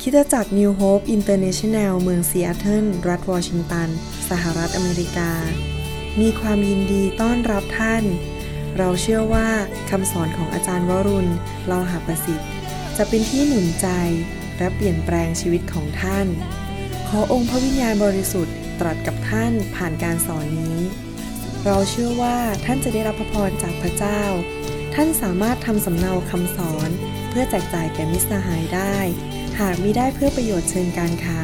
คริสตจักร New Hope International เมืองซีแอตเทิลรัฐวอชิงตันสหรัฐอเมริกามีความยินดีต้อนรับท่านเราเชื่อว่าคำสอนของอาจารย์วรุณ เลาหะประสิทธิ์จะเป็นที่หนุนใจและเปลี่ยนแปลงชีวิตของท่านขอองค์พระวิญญาณบริสุทธิ์ตรัสกับท่านผ่านการสอนนี้เราเชื่อว่าท่านจะได้รับพระพรจากพระเจ้าท่านสามารถทำสำเนาคำสอนเพื่อแจกจ่ายแก่มิตรสหายได้หากมิได้เพื่อประโยชน์เชิงการค้า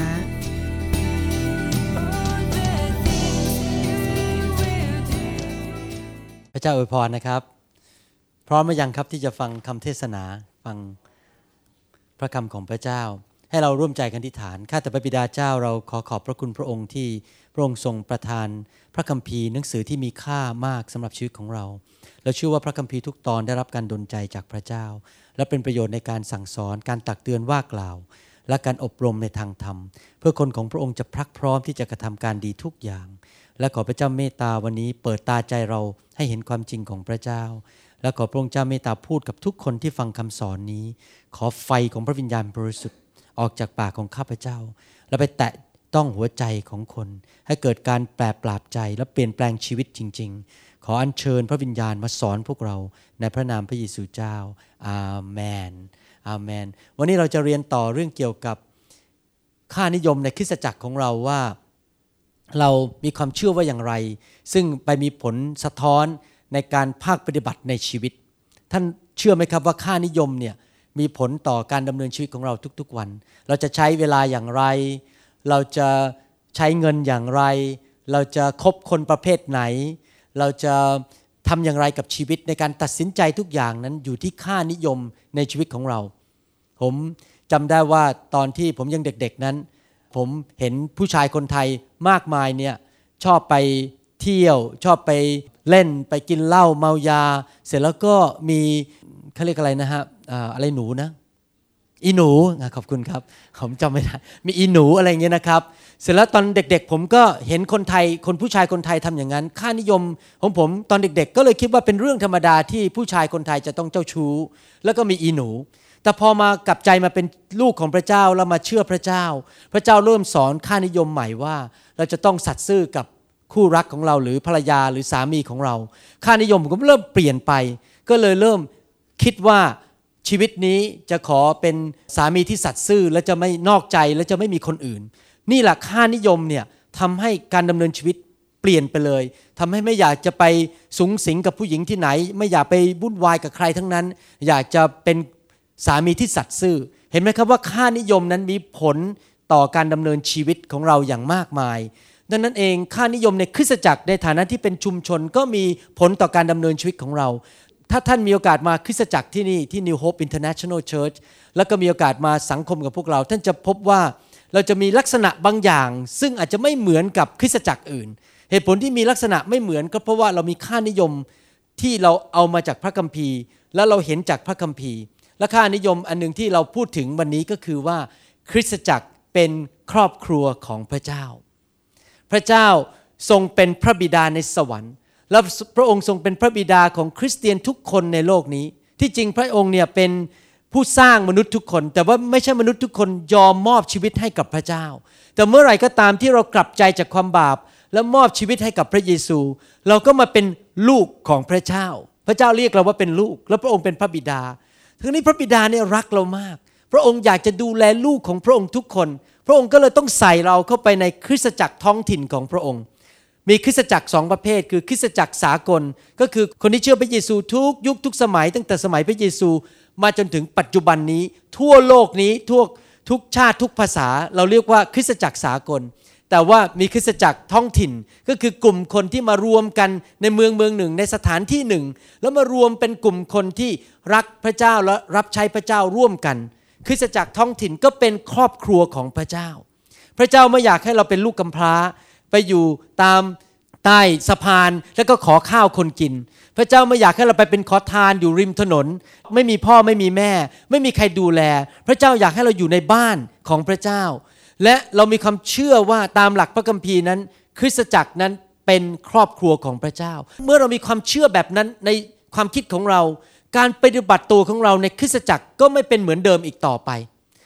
พระเจ้าอวยพรนะครับพร้อมหรือยังครับที่จะฟังคำเทศนาฟังพระคำของพระเจ้าให้เราร่วมใจกันอธิษฐานข้าแต่พระบิดาเจ้าเราขอขอบพระคุณพระองค์ที่พระองค์ทรงประทานพระคัมภีร์หนังสือที่มีค่ามากสำหรับชีวิตของเราเราเชื่อว่าพระคัมภีร์ทุกตอนได้รับการดลใจจากพระเจ้าและเป็นประโยชน์ในการสั่งสอนการตักเตือนว่ากล่าวและการอบรมในทางธรรมเพื่อคนของพระองค์จะพรักพร้อมที่จะกระทำการดีทุกอย่างและขอพระเจ้าเมตตาวันนี้เปิดตาใจเราให้เห็นความจริงของพระเจ้าและขอพระองค์เจ้าเมตตาพูดกับทุกคนที่ฟังคำสอนนี้ขอไฟของพระวิญญาณบริสุทธิ์ออกจากปากของข้าพเจ้าและไปแตะต้องหัวใจของคนให้เกิดการแปลปราบใจและเปลี่ยนแปลงชีวิตจริงๆขออัญเชิญพระวิญญาณมาสอนพวกเราในพระนามพระเยซูเจ้าอาเมนอาเมนวันนี้เราจะเรียนต่อเรื่องเกี่ยวกับค่านิยมในคริสตจักรของเราว่าเรามีความเชื่อว่าอย่างไรซึ่งไปมีผลสะท้อนในการภาคปฏิบัติในชีวิตท่านเชื่อไหมครับว่าค่านิยมเนี่ยมีผลต่อการดำเนินชีวิตของเราทุกๆวันเราจะใช้เวลาอย่างไรเราจะใช้เงินอย่างไรเราจะคบคนประเภทไหนเราจะทำอย่างไรกับชีวิตในการตัดสินใจทุกอย่างนั้นอยู่ที่ค่านิยมในชีวิตของเราผมจำได้ว่าตอนที่ผมยังเด็กๆนั้นผมเห็นผู้ชายคนไทยมากมายเนี่ยชอบไปเที่ยวชอบไปเล่นไปกินเหล้าเมายาเสร็จแล้วก็มีเขาเรียกอะไรนะฮะอะไรหนูนะอีหนูขอบคุณครับผมจำไม่ได้มีอีหนูอะไรอย่างเงี้ยนะครับเสร็จแล้วตอนเด็กๆผมก็เห็นคนไทยคนผู้ชายคนไทยทำอย่างนั้นค่านิยมของผมตอนเด็กๆก็เลยคิดว่าเป็นเรื่องธรรมดาที่ผู้ชายคนไทยจะต้องเจ้าชู้แล้วก็มีอีหนูแต่พอมากลับใจมาเป็นลูกของพระเจ้าแล้วมาเชื่อพระเจ้าพระเจ้าเริ่มสอนค่านิยมใหม่ว่าเราจะต้องสัตย์ซื่อกับคู่รักของเราหรือภรรยาหรือสามีของเราค่านิยมผมก็เริ่มเปลี่ยนไปก็เลยเริ่มคิดว่าชีวิตนี้จะขอเป็นสามีที่สัตย์ซื่อและจะไม่นอกใจและจะไม่มีคนอื่นนี่แหละค่านิยมเนี่ยทำให้การดำเนินชีวิตเปลี่ยนไปเลยทำให้ไม่อยากจะไปสุงสิงกับผู้หญิงที่ไหนไม่อยากไปวุ่นวายกับใครทั้งนั้นอยากจะเป็นสามีที่สัตย์ซื่อเห็นไหมครับว่าค่านิยมนั้นมีผลต่อการดำเนินชีวิตของเราอย่างมากมายดังนั้นเองค่านิยมในคริสตจักรในฐานะที่เป็นชุมชนก็มีผลต่อการดำเนินชีวิตของเราถ้าท่านมีโอกาสมาคริสตจักรที่นี่ที่ New Hope International Church แล้วก็มีโอกาสมาสังคมกับพวกเราท่านจะพบว่าเราจะมีลักษณะบางอย่างซึ่งอาจจะไม่เหมือนกับคริสตจักรอื่นเหตุผลที่มีลักษณะไม่เหมือนก็เพราะว่าเรามีค่านิยมที่เราเอามาจากพระคัมภีร์แล้วเราเห็นจากพระคัมภีร์และค่านิยมอันนึงที่เราพูดถึงวันนี้ก็คือว่าคริสตจักรเป็นครอบครัวของพระเจ้าพระเจ้าทรงเป็นพระบิดาในสวรรค์และพระองค์ทรงเป็นพระบิดาของคริสเตียนทุกคนในโลกนี้ที่จริงพระองค์เนี่ยเป็นผู้สร้างมนุษย์ทุกคนแต่ว่าไม่ใช่มนุษย์ทุกคนยอมมอบชีวิตให้กับพระเจ้าแต่เมื่อไหร่ก็ตามที่เรากลับใจจากความบาปและมอบชีวิตให้กับพระเยซูเราก็มาเป็นลูกของพระเจ้าพระเจ้าเรียกเราว่าเป็นลูกและพระองค์เป็นพระบิดาทีนี้พระบิดาเนี่ยรักเรามากพระองค์อยากจะดูแลลูกของพระองค์ทุกคนพระองค์ก็เลยต้องใส่เราเข้าไปในคริสตจักรท้องถิ่นของพระองค์มีคริสตจักร2ประเภทคือคริสตจักรสากลก็คือคนที่เชื่อพระเยซูทุกยุคทุกสมัยตั้งแต่สมัยพระเยซูมาจนถึงปัจจุบันนี้ทั่วโลกนี้ทุกชาติทุกภาษาเราเรียกว่าคริสตจักรสากลแต่ว่ามีคริสตจักรท้องถิ่นก็คือกลุ่มคนที่มารวมกันในเมืองหนึ่งในสถานที่หนึ่งแล้วมารวมเป็นกลุ่มคนที่รักพระเจ้าและรับใช้พระเจ้าร่วมกันคริสตจักรท้องถิ่นก็เป็นครอบครัวของพระเจ้าพระเจ้าไม่อยากให้เราเป็นลูกกำพร้าไปอยู่ตามใต้สะพานแล้วก็ขอข้าวคนกินพระเจ้าไม่อยากให้เราไปเป็นขอทานอยู่ริมถนนไม่มีพ่อไม่มีแม่ไม่มีใครดูแลพระเจ้าอยากให้เราอยู่ในบ้านของพระเจ้าและเรามีความเชื่อว่าตามหลักพระคัมภีร์นั้นคริสตจักรนั้นเป็นครอบครัวของพระเจ้าเมื่อเรามีความเชื่อแบบนั้นในความคิดของเราการปฏิบัติตัวของเราในคริสตจักรก็ไม่เป็นเหมือนเดิมอีกต่อไป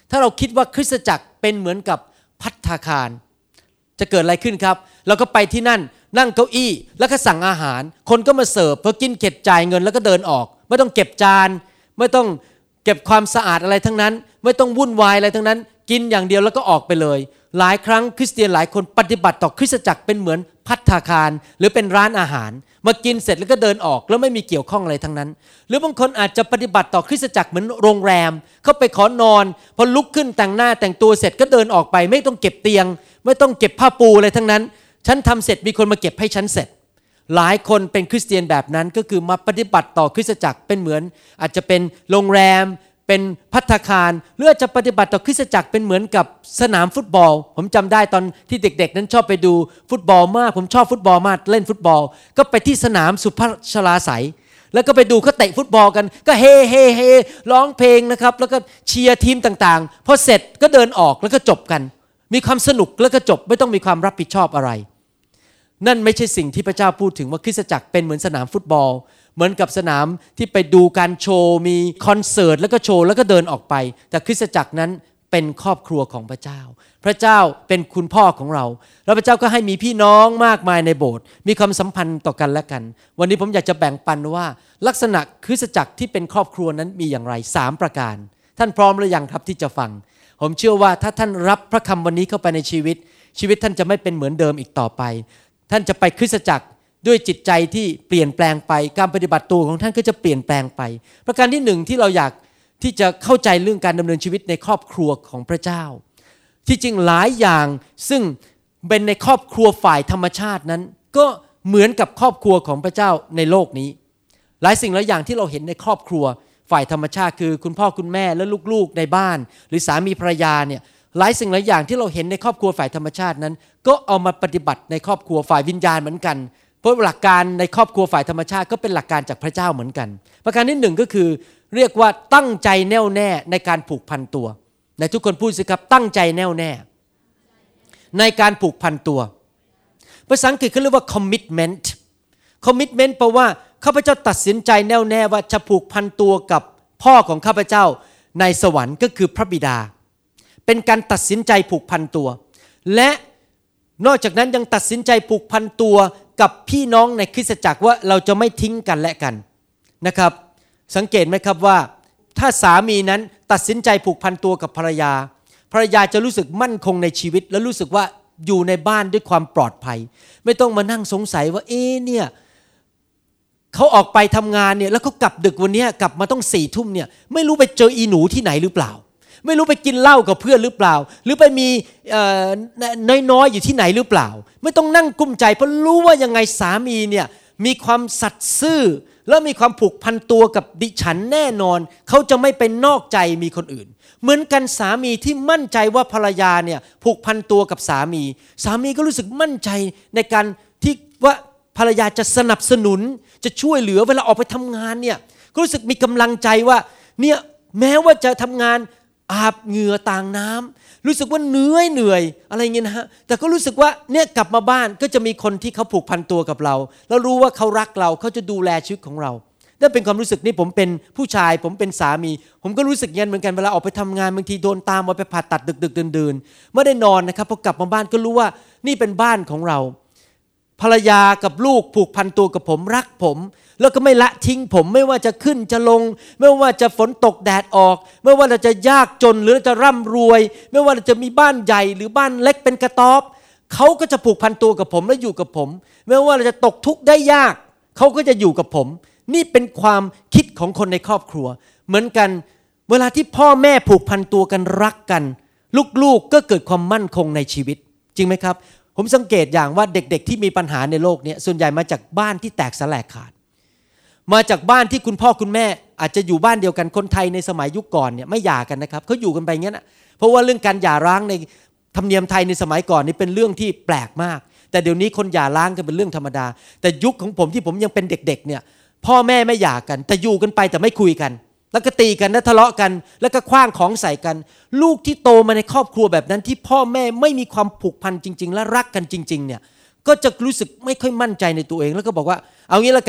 ถ้าเราคิดว่าคริสตจักรเป็นเหมือนกับภัตตาคารจะเกิดอะไรขึ้นครับเราก็ไปที่นั่นนั่งเก้าอี้แล้วก็สั่งอาหารคนก็มาเสิร์ฟพอกินเก็บจ่ายเงินแล้วก็เดินออกไม่ต้องเก็บจานไม่ต้องเก็บความสะอาดอะไรทั้งนั้นไม่ต้องวุ่นวายอะไรทั้งนั้นกินอย่างเดียวแล้วก็ออกไปเลยหลายครั้งคริสเตียนหลายคนปฏิบัติต่อคริสตจักรเป็นเหมือนภัตตาคารหรือเป็นร้านอาหารมากินเสร็จแล้วก็เดินออกแล้วไม่มีเกี่ยวข้องอะไรทั้งนั้นหรือบางคนอาจจะปฏิบัติต่อคริสตจักรเหมือนโรงแรมเข้าไปขอนอนพอลุกขึ้นแต่งหน้าแต่งตัวเสร็จก็เดินออกไปไม่ต้องเก็บเตียงไม่ต้องเก็บผ้าปูอะไรทั้งนั้นฉันทำเสร็จมีคนมาเก็บให้ฉันเสร็จหลายคนเป็นคริสเตียนแบบนั้นก็คือมาปฏิบัติต่อคริสตจักรเป็นเหมือนอาจจะเป็นโรงแรมเป็นภัตตาคารหรืออาจจะปฏิบัติต่อคริสตจักรเป็นเหมือนกับสนามฟุตบอลผมจำได้ตอนที่เด็กๆนั้นชอบไปดูฟุตบอลมากผมชอบฟุตบอลมากเล่นฟุตบอลก็ไปที่สนามสุพัชราไสยแล้วก็ไปดูเขาเตะฟุตบอลกันก็เฮเฮเฮร้องเพลงนะครับแล้วก็เชียร์ทีมต่างๆพอเสร็จก็เดินออกแล้วก็จบกันมีความสนุกแล้วก็จบไม่ต้องมีความรับผิดชอบอะไรนั่นไม่ใช่สิ่งที่พระเจ้าพูดถึงว่าคริสตจักรเป็นเหมือนสนามฟุตบอลเหมือนกับสนามที่ไปดูการโชว์มีคอนเสิร์ตแล้วก็โชว์แล้วก็เดินออกไปแต่คริสตจักรนั้นเป็นครอบครัวของพระเจ้าพระเจ้าเป็นคุณพ่อของเราแล้วพระเจ้าก็ให้มีพี่น้องมากมายในโบสถ์มีความสัมพันธ์ต่อกันและกันวันนี้ผมอยากจะแบ่งปันว่าลักษณะคริสตจักรที่เป็นครอบครัวนั้นมีอย่างไร3ประการท่านพร้อมหรือยังครับที่จะฟังผมเชื่อว่าถ้าท่านรับพระคำวันนี้เข้าไปในชีวิตท่านจะไม่เป็นเหมือนเดิมอีกต่อไปท่านจะไปคริสตจักรด้วยจิตใจที่เปลี่ยนแปลงไปการปฏิบัติตัวของท่านก็จะเปลี่ยนแปลงไปประการที่1ที่เราอยากที่จะเข้าใจเรื่องการดำเนินชีวิตในครอบครัวของพระเจ้าที่จริงหลายอย่างซึ่งเป็นในครอบครัวฝ่ายธรรมชาตินั้นก็เหมือนกับครอบครัวของพระเจ้าในโลกนี้หลายสิ่งหลายอย่างที่เราเห็นในครอบครัวฝ่ายธรรมชาติคือคุณพ่อคุณแม่และลูกๆในบ้านหรือสามีภรรยาเนี่ยหลายสิ่งหลายอย่างที่เราเห็นในครอบครัวฝ่ายธรรมชาตินั้นก็เอามาปฏิบัติในครอบครัวฝ่ายวิญญาณเหมือนกันเพราะหลักการในครอบครัวฝ่ายธรรมชาติก็เป็นหลักการจากพระเจ้าเหมือนกันประการที่1ก็คือเรียกว่าตั้งใจแน่วแน่ในการผูกพันตัวในทุกคนพูดสิครับตั้งใจแน่วแน่ในการผูกพันตัวภาษาอังกฤษเขาเรียกว่า commitment แปลว่าข้าพเจ้าตัดสินใจแน่วแน่ว่าจะผูกพันตัวกับพ่อของข้าพเจ้าในสวรรค์ก็คือพระบิดาเป็นการตัดสินใจผูกพันตัวและนอกจากนั้นยังตัดสินใจผูกพันตัวกับพี่น้องในคริสตจักรว่าเราจะไม่ทิ้งกันและกันนะครับสังเกตไหมครับว่าถ้าสามีนั้นตัดสินใจผูกพันตัวกับภรรยาจะรู้สึกมั่นคงในชีวิตและรู้สึกว่าอยู่ในบ้านด้วยความปลอดภัยไม่ต้องมานั่งสงสัยว่าเนี่ยเขาออกไปทำงานเนี่ยแล้วเขากลับดึกวันนี้กลับมาต้อง4 ทุ่มเนี่ยไม่รู้ไปเจออีหนูที่ไหนหรือเปล่าไม่รู้ไปกินเหล้ากับเพื่อนหรือเปล่าหรือไปมีน้อยๆอยู่ที่ไหนหรือเปล่าไม่ต้องนั่งกุ้มใจเพราะรู้ว่ายังไงสามีเนี่ยมีความสัตย์ซื่อและมีความผูกพันตัวกับดิฉันแน่นอนเขาจะไม่เป็นนอกใจมีคนอื่นเหมือนกันสามีที่มั่นใจว่าภรรยาเนี่ยผูกพันตัวกับสามีก็รู้สึกมั่นใจในการที่ว่าภรรยาจะสนับสนุนจะช่วยเหลือเวลาออกไปทำงานเนี่ยก็รู้สึกมีกำลังใจว่าเนี่ยแม้ว่าจะทำงานอาบเหงื่อต่างน้ำรู้สึกว่าเหนื่อยอะไรเงี้ยนะฮะแต่ก็รู้สึกว่าเนี่ยกลับมาบ้านก็จะมีคนที่เขาผูกพันตัวกับเราแล้วรู้ว่าเขารักเราเขาจะดูแลชีวิตของเรานั่นเป็นความรู้สึกนี่ผมเป็นผู้ชายผมเป็นสามีผมก็รู้สึกอย่างนั้นเหมือนกันเวลาออกไปทำงานบางทีโดนตามไปผ่าตัดดึกๆดื่นๆไม่ได้นอนนะครับพอกลับมาบ้านก็รู้ว่านี่เป็นบ้านของเราภรรยากับลูกผูกพันตัวกับผมรักผมแล้วก็ไม่ละทิ้งผมไม่ว่าจะขึ้นจะลงไม่ว่าจะฝนตกแดดออกไม่ว่าเราจะยากจนหรือจะร่ำรวยไม่ว่าเราจะมีบ้านใหญ่หรือบ้านเล็กเป็นกระต๊อบเขาก็จะผูกพันตัวกับผมและอยู่กับผมไม่ว่าเราจะตกทุกข์ได้ยากเขาก็จะอยู่กับผมนี่เป็นความคิดของคนในครอบครัวเหมือนกันเวลาที่พ่อแม่ผูกพันตัวกันรักกันลูกๆก็เกิดความมั่นคงในชีวิตจริงไหมครับผมสังเกตอย่างว่าเด็กๆที่มีปัญหาในโลกนี้ส่วนใหญ่มาจากบ้านที่แตกสลายขาดมาจากบ้านที่คุณพ่อคุณแม่อาจจะอยู่บ้านเดียวกันคนไทยในสมัยยุคก่อนเนี่ยไม่หย่ากันนะครับเขาอยู่กันไปอย่างนั้นนะเพราะว่าเรื่องการหย่าร้างในธรรมเนียมไทยในสมัยก่อนนี่เป็นเรื่องที่แปลกมากแต่เดี๋ยวนี้คนหย่าร้างกันเป็นเรื่องธรรมดาแต่ยุคของผมที่ผมยังเป็นเด็กๆเนี่ยพ่อแม่ไม่หย่ากันแต่อยู่กันไปแต่ไม่คุยกันแล้วก็ตีกันและทะเลาะกันแล้วก็ขว้างของใส่กันลูกที่โตมาในครอบครัวแบบนั้นที่พ่อแม่ไม่มีความผูกพันจริงๆและรักกันจริงๆเนี่ยก็จะรู้สึกไม่ค่อยมั่นใจในตัวเองแล้วก็บอกว่าเอางี้ละกัน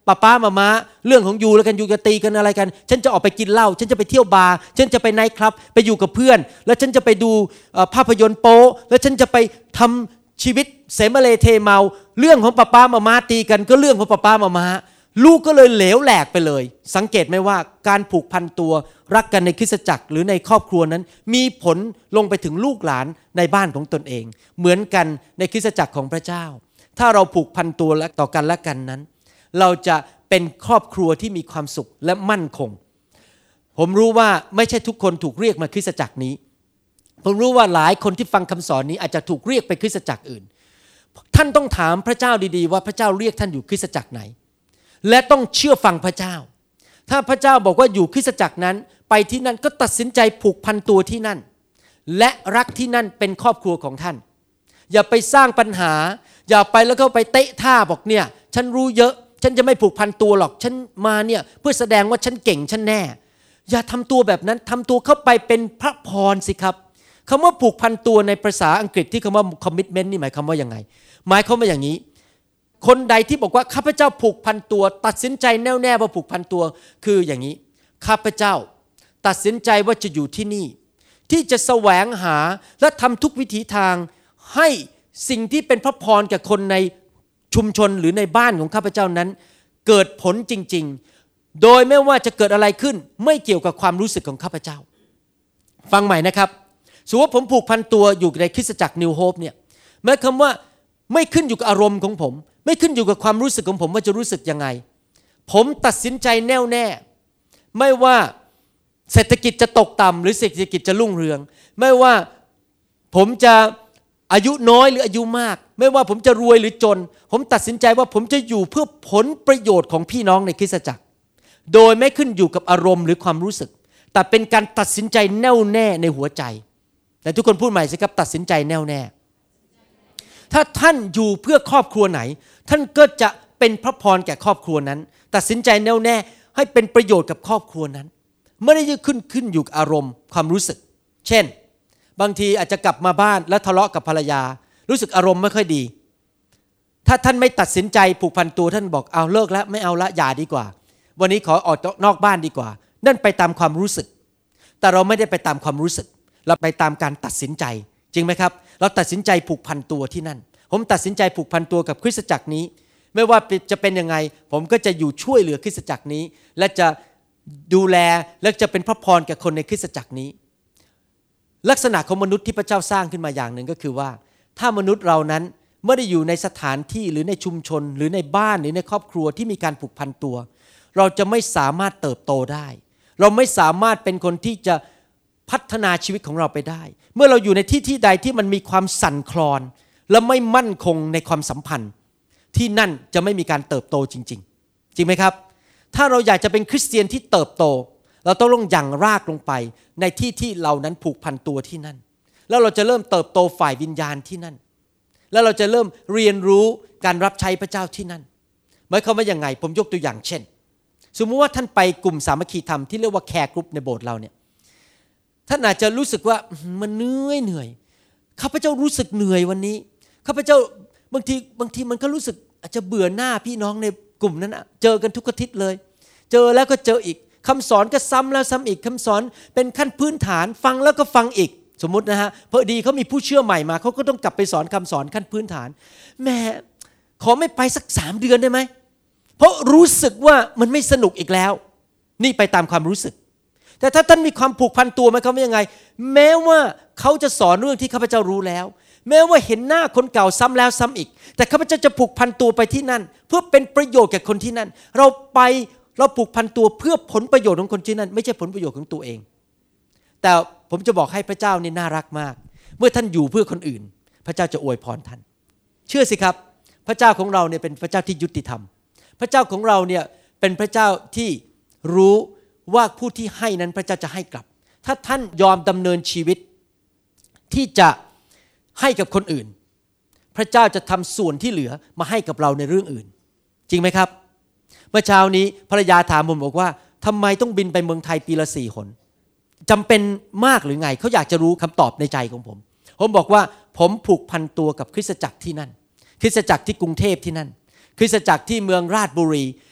ป้ามาเรื่องของยูแล้วกันยูจะตีกันอะไรกันฉันจะออกไปกินเหล้าฉันจะไปเที่ยวบาร์ฉันจะไปไนท์คลับไปอยู่กับเพื่อนแล้วฉันจะไปดูภาพยนตร์โป๊แล้วฉันจะไปทำชีวิตเสมเลเทเมาเรื่องของป้ามาตีกันก็เรื่องของป้ามาลูกก็เลยเหลวแหลกไปเลยสังเกตไหมว่าการผูกพันตัวรักกันในคริสตจักรหรือในครอบครัวนั้นมีผลลงไปถึงลูกหลานในบ้านของตนเองเหมือนกันในคริสตจักรของพระเจ้าถ้าเราผูกพันตัวและต่อกันและกันนั้นเราจะเป็นครอบครัวที่มีความสุขและมั่นคงผมรู้ว่าไม่ใช่ทุกคนถูกเรียกมาคริสตจักรนี้ผมรู้ว่าหลายคนที่ฟังคำสอนนี้อาจจะถูกเรียกไปคริสตจักรอื่นท่านต้องถามพระเจ้าดีๆว่าพระเจ้าเรียกท่านอยู่คริสตจักรไหนและต้องเชื่อฟังพระเจ้าถ้าพระเจ้าบอกว่าอยู่คริสตจักรนั้นไปที่นั่นก็ตัดสินใจผูกพันตัวที่นั่นและรักที่นั่นเป็นครอบครัวของท่านอย่าไปสร้างปัญหาอย่าไปแล้วก็ไปเตะท่าบอกเนี่ยฉันรู้เยอะฉันจะไม่ผูกพันตัวหรอกฉันมาเนี่ยเพื่อแสดงว่าฉันเก่งฉันแน่อย่าทำตัวแบบนั้นทำตัวเข้าไปเป็นพระพรสิครับคำว่าผูกพันตัวในภาษาอังกฤษที่คำว่า commitment นี่หมายความว่ายังไงหมายความว่าอย่างนี้คนใดที่บอกว่าข้าพเจ้าผูกพันตัวตัดสินใจแน่วแน่ว่าผูกพันตัวคืออย่างนี้ข้าพเจ้าตัดสินใจว่าจะอยู่ที่นี่ที่จะแสวงหาและทำทุกวิถีทางให้สิ่งที่เป็นพระพรแก่คนในชุมชนหรือในบ้านของข้าพเจ้านั้นเกิดผลจริงๆโดยไม่ว่าจะเกิดอะไรขึ้นไม่เกี่ยวกับความรู้สึกของข้าพเจ้าฟังใหม่นะครับสมมติว่าผมผูกพันตัวอยู่ในคริสตจักร New Hope เนี่ยหมายความว่าไม่ขึ้นอยู่กับอารมณ์ของผมไม่ขึ้นอยู่กับความรู้สึกของผมว่าจะรู้สึกยังไงผมตัดสินใจแน่วแน่ไม่ว่าเศรษฐกิจจะตกต่ำหรือเศรษฐกิจจะรุ่งเรืองไม่ว่าผมจะอายุน้อยหรืออายุมากไม่ว่าผมจะรวยหรือจนผมตัดสินใจว่าผมจะอยู่เพื่อผลประโยชน์ของพี่น้องในคริสตจักรโดยไม่ขึ้นอยู่กับอารมณ์หรือความรู้สึกแต่เป็นการตัดสินใจแน่วแน่ในหัวใจแต่ทุกคนพูดใหม่สิครับตัดสินใจแน่วแน่ถ้าท่านอยู่เพื่อครอบครัวไหนท่านก็จะเป็นพระพรแก่ครอบครัวนั้นตัดสินใจแน่วแน่ให้เป็นประโยชน์กับครอบครัวนั้นไม่ได้ขึ้นอยู่กับอารมณ์ความรู้สึกเช่นบางทีอาจจะกลับมาบ้านแล้วทะเลาะกับภรรยารู้สึกอารมณ์ไม่ค่อยดีถ้าท่านไม่ตัดสินใจผูกพันตัวท่านบอกเอาเลิกแล้วไม่เอาละหย่าดีกว่าวันนี้ขอออกนอกบ้านดีกว่านั่นไปตามความรู้สึกแต่เราไม่ได้ไปตามความรู้สึกเราไปตามการตัดสินใจจริงไหมครับเราตัดสินใจผูกพันตัวที่นั่นผมตัดสินใจผูกพันตัวกับคริสตจักรนี้ไม่ว่าจะเป็นยังไงผมก็จะอยู่ช่วยเหลือคริสตจักรนี้และจะดูแลและจะเป็นพระพรแก่คนในคริสตจักรนี้ลักษณะของมนุษย์ที่พระเจ้าสร้างขึ้นมาอย่างหนึ่งก็คือว่าถ้ามนุษย์เรานั้นไม่ได้อยู่ในสถานที่หรือในชุมชนหรือในบ้านหรือในครอบครัวที่มีการผูกพันตัวเราจะไม่สามารถเติบโตได้เราไม่สามารถเป็นคนที่จะพัฒนาชีวิตของเราไปได้เมื่อเราอยู่ในที่ใดที่มันมีความสั่นคลอนและไม่มั่นคงในความสัมพันธ์ที่นั่นจะไม่มีการเติบโตจริงๆจริงไหมครับถ้าเราอยากจะเป็นคริสเตียนที่เติบโตเราต้องลงอย่างรากลงไปในที่เรานั้นผูกพันตัวที่นั่นแล้วเราจะเริ่มเติบโตฝ่ายวิญญาณที่นั่นแล้วเราจะเริ่มเรียนรู้การรับใช้พระเจ้าที่นั่นหมายความว่ายังไงผมยกตัวอย่างเช่นสมมุติว่าท่านไปกลุ่มสามัคคีธรรมที่เรียกว่าแคร์กรุ๊ปในโบสถ์เราเนี่ยท่านอาจจะรู้สึกว่ามันเหนื่อยข้าพเจ้ารู้สึกเหนื่อยวันนี้ข้าพเจ้าบางทีมันก็รู้สึกอาจจะเบื่อหน้าพี่น้องในกลุ่มนั้นเจอกันทุกอาทิตย์เลยเจอแล้วก็เจออีกคำสอนก็ซ้ำแล้วซ้ำอีกคำสอนเป็นขั้นพื้นฐานฟังแล้วก็ฟังอีกสมมุตินะฮะพอดีเขามีผู้เชื่อใหม่มาเขาก็ต้องกลับไปสอนคำสอนขั้นพื้นฐานแม่ขอไม่ไปสัก3 เดือนได้ไหมเพราะรู้สึกว่ามันไม่สนุกอีกแล้วนี่ไปตามความรู้สึกแต่ถ้าท่านมีความผูกพันตัวไหมเขาว่ายังไงแม้ว่าเขาจะสอนเรื่องที่ข้าพเจ้ารู้แล้วแม้ว่าเห็นหน้าคนเก่าซ้ำแล้วซ้ำอีกแต่ข้าพเจ้าจะผูกพันตัวไปที่นั่นเพื่อเป็นประโยชน์แก่คนที่นั่นเราผูกพันตัวเพื่อผลประโยชน์ของคนที่นั่นไม่ใช่ผลประโยชน์ของตัวเองแต่ผมจะบอกให้พระเจ้านี่น่ารักมากเมื่อท่านอยู่เพื่อคนอื่นพระเจ้าจะอวยพรท่านเชื่อสิครับพระเจ้าของเราเนี่ยเป็นพระเจ้าที่ยุติธรรมพระเจ้าของเราเนี่ยเป็นพระเจ้าที่รู้ว่าผู้ที่ให้นั้นพระเจ้าจะให้กลับถ้าท่านยอมดำเนินชีวิตที่จะให้กับคนอื่นพระเจ้าจะทำส่วนที่เหลือมาให้กับเราในเรื่องอื่นจริงไหมครับเมื่อเช้านี้ภรรยาถามผมบอกว่าทำไมต้องบินไปเมืองไทยปีละ4 หนจำเป็นมากหรือไงเขาอยากจะรู้คำตอบในใจของผมบอกว่าผมผูกพันตัวกับคริสตจักรที่นั่นคริสตจักรที่กรุงเทพที่นั่นคริสตจักรที่เมืองราชบุรี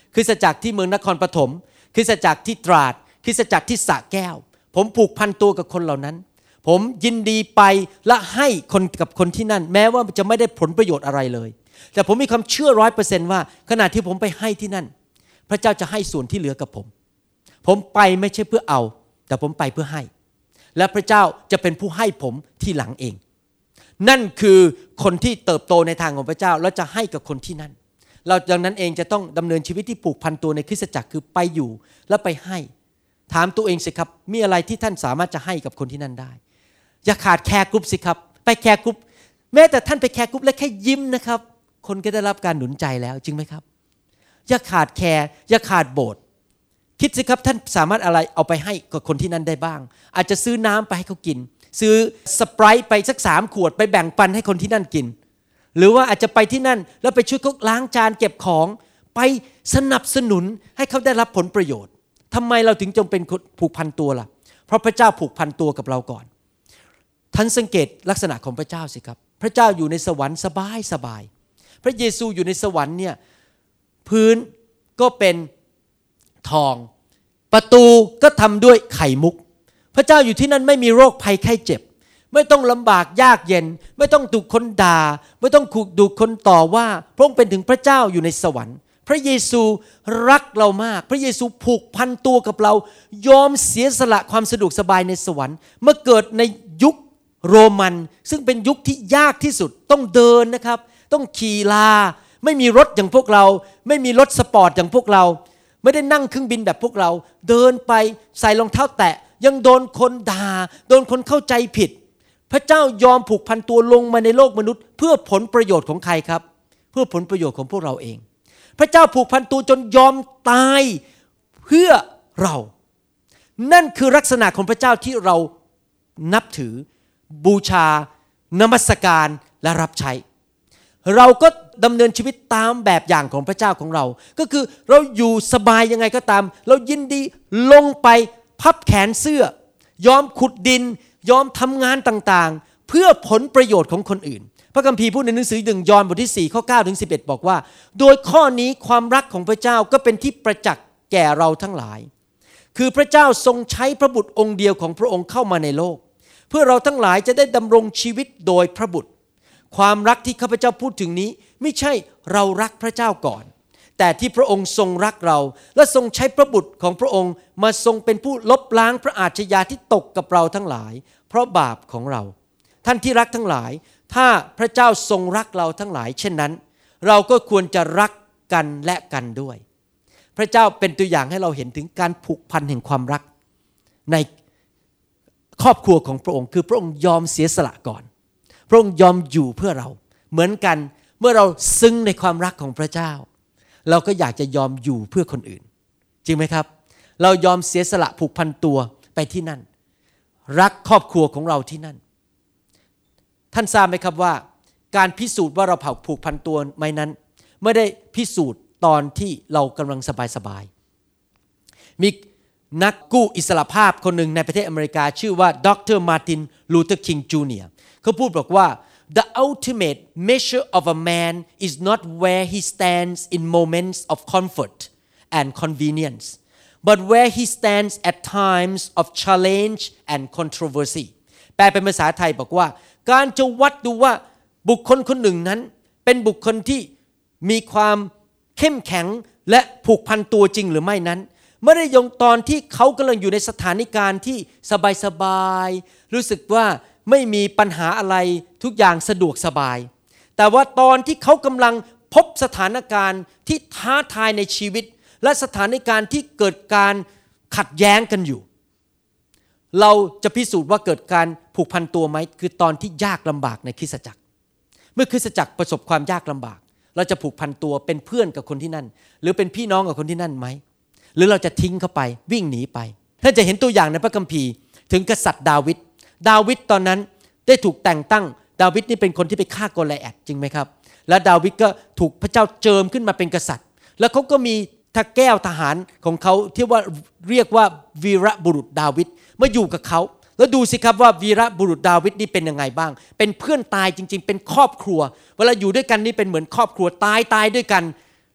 คริสตจักรที่เมืองนครปฐมคริสตจักรที่ตราดคริสตจักรที่สระแก้วผมผูกพันตัวกับคนเหล่านั้นผมยินดีไปและให้คนกับคนที่นั่นแม้ว่าจะไม่ได้ผลประโยชน์อะไรเลยแต่ผมมีความเชื่อ 100% ว่าขณะที่ผมไปให้ที่นั่นพระเจ้าจะให้ส่วนที่เหลือกับผมไปไม่ใช่เพื่อเอาแต่ผมไปเพื่อให้และพระเจ้าจะเป็นผู้ให้ผมที่หลังเองนั่นคือคนที่เติบโตในทางของพระเจ้าแล้วจะให้กับคนที่นั่นเราดังนั้นเองจะต้องดำเนินชีวิตที่ผูกพันตัวในคริสตจักรคือไปอยู่และไปให้ถามตัวเองสิครับมีอะไรที่ท่านสามารถจะให้กับคนที่นั่นได้อย่าขาดแคร์กรุ๊ปสิครับไปแคร์กรุ๊ปแม้แต่ท่านไปแคร์กรุ๊ปและแค่ยิ้มนะครับคนก็ได้รับการหนุนใจแล้วจริงไหมครับอย่าขาดแคร์อย่าขาดโบสถ์คิดสิครับท่านสามารถอะไรเอาไปให้กับคนที่นั่นได้บ้างอาจจะซื้อน้ำไปให้เขากินซื้อสไปร์ตไปสัก3 ขวดไปแบ่งปันให้คนที่นั่นกินหรือว่าอาจจะไปที่นั่นแล้วไปช่วยเขาล้างจานเก็บของไปสนับสนุนให้เขาได้รับผลประโยชน์ทำไมเราถึงจงเป็นผูกพันตัวล่ะเพราะพระเจ้าผูกพันตัวกับเราก่อนท่านสังเกตลักษณะของพระเจ้าสิครับพระเจ้าอยู่ในสวรรค์สบายพระเยซูอยู่ในสวรรค์เนี่ยพื้นก็เป็นทองประตูก็ทำด้วยไข่มุกพระเจ้าอยู่ที่นั่นไม่มีโรคภัยไข้เจ็บไม่ต้องลำบากยากเย็นไม่ต้องถูกคนด่าไม่ต้องถูกคนต่อว่าพระองค์เป็นถึงพระเจ้าอยู่ในสวรรค์พระเยซูรักเรามากพระเยซูผูกพันตัวกับเรายอมเสียสละความสะดวกสบายในสวรรค์เมื่อเกิดในยุคโรมันซึ่งเป็นยุคที่ยากที่สุดต้องเดินนะครับต้องขี่ลาไม่มีรถอย่างพวกเราไม่มีรถสปอร์ตอย่างพวกเราไม่ได้นั่งเครื่องบินแบบพวกเราเดินไปใส่รองเท้าแตะยังโดนคนด่าโดนคนเข้าใจผิดพระเจ้ายอมผูกพันตัวลงมาในโลกมนุษย์เพื่อผลประโยชน์ของใครครับเพื่อผลประโยชน์ของพวกเราเองพระเจ้าผูกพันตัวจนยอมตายเพื่อเรานั่นคือลักษณะของพระเจ้าที่เรานับถือบูชานมัสการและรับใช้เราก็ดำเนินชีวิตตามแบบอย่างของพระเจ้าของเราก็คือเราอยู่สบายยังไงก็ตามเรายินดีลงไปพับแขนเสื้อยอมขุดดินยอมทำงานต่างๆเพื่อผลประโยชน์ของคนอื่นพระคัมภีร์พูดในหนังสือ1 ยอห์นบทที่4ข้อ9ถึง11บอกว่าโดยข้อนี้ความรักของพระเจ้าก็เป็นที่ประจักษ์แก่เราทั้งหลายคือพระเจ้าทรงใช้พระบุตรองค์เดียวของพระองค์เข้ามาในโลกเพื่อเราทั้งหลายจะได้ดำรงชีวิตโดยพระบุตรความรักที่ข้าพเจ้าพูดถึงนี้ไม่ใช่เรารักพระเจ้าก่อนแต่ที่พระองค์ทรงรักเราและทรงใช้พระบุตรของพระองค์มาทรงเป็นผู้ลบล้างพระอาชญาที่ตกกับเราทั้งหลายเพราะบาปของเราท่านที่รักทั้งหลายถ้าพระเจ้าทรงรักเราทั้งหลายเช่นนั้นเราก็ควรจะรักกันและกันด้วยพระเจ้าเป็นตัวอย่างให้เราเห็นถึงการผูกพันแห่งความรักในครอบครัวของพระองค์คือพระองค์ยอมเสียสละก่อนพระองค์ยอมอยู่เพื่อเราเหมือนกันเมื่อเราซึ้งในความรักของพระเจ้าเราก็อยากจะยอมอยู่เพื่อคนอื่นจริงไหมครับเรายอมเสียสละผูกพันตัวไปที่นั่นรักครอบครัวของเราที่นั่นท่านทราบไหมครับว่าการพิสูจน์ว่าเราผูกพันตัวไหมนั้นไม่ได้พิสูจน์ตอนที่เรากำลังสบายๆมีนักกู้อิสรภาพคนหนึ่งในประเทศอเมริกาชื่อว่าดร.มาร์ติน ลูเทอร์ คิง จูเนียร์เขาพูดบอกว่า The ultimate measure of a man is not where he stands in moments of comfort and convenience but where he stands at times of challenge and controversy แปลเป็นภาษาไทยบอกว่าการจะวัดดูว่าบุคคลคนหนึ่งนั้นเป็นบุคคลที่มีความเข้มแข็งและผูกพันตัวจริงหรือไม่นั้นไม่ได้ยงตอนที่เขากำลังอยู่ในสถานการณ์ที่สบายๆรู้สึกว่าไม่มีปัญหาอะไรทุกอย่างสะดวกสบายแต่ว่าตอนที่เขากำลังพบสถานการณ์ที่ท้าทายในชีวิตและสถานการณ์ที่เกิดการขัดแย้งกันอยู่เราจะพิสูจน์ว่าเกิดการผูกพันตัวไหมคือตอนที่ยากลำบากในคริสตจักรเมื่อคริสตจักรประสบความยากลำบากเราจะผูกพันตัวเป็นเพื่อนกับคนที่นั่นหรือเป็นพี่น้องกับคนที่นั่นไหมหรือเราจะทิ้งเขาไปวิ่งหนีไปท่านจะเห็นตัวอย่างในพระคัมภีร์ถึงกษัตริย์ดาวิดตอนนั้นได้ถูกแต่งตั้งดาวิดนี่เป็นคนที่ไปฆ่าโกลิแอทจริงไหมครับและดาวิดก็ถูกพระเจ้าเจิมขึ้นมาเป็นกษัตริย์แล้วเขาก็มีทักแก้วทหารของเขาที่ว่าเรียกว่าวีรบุรุษดาวิดมาอยู่กับเขาแล้วดูสิครับว่าวีรบุรุษดาวิดนี่เป็นยังไงบ้างเป็นเพื่อนตายจริงๆเป็นครอบครัวเวลาอยู่ด้วยกันนี่เป็นเหมือนครอบครัวตายด้วยกัน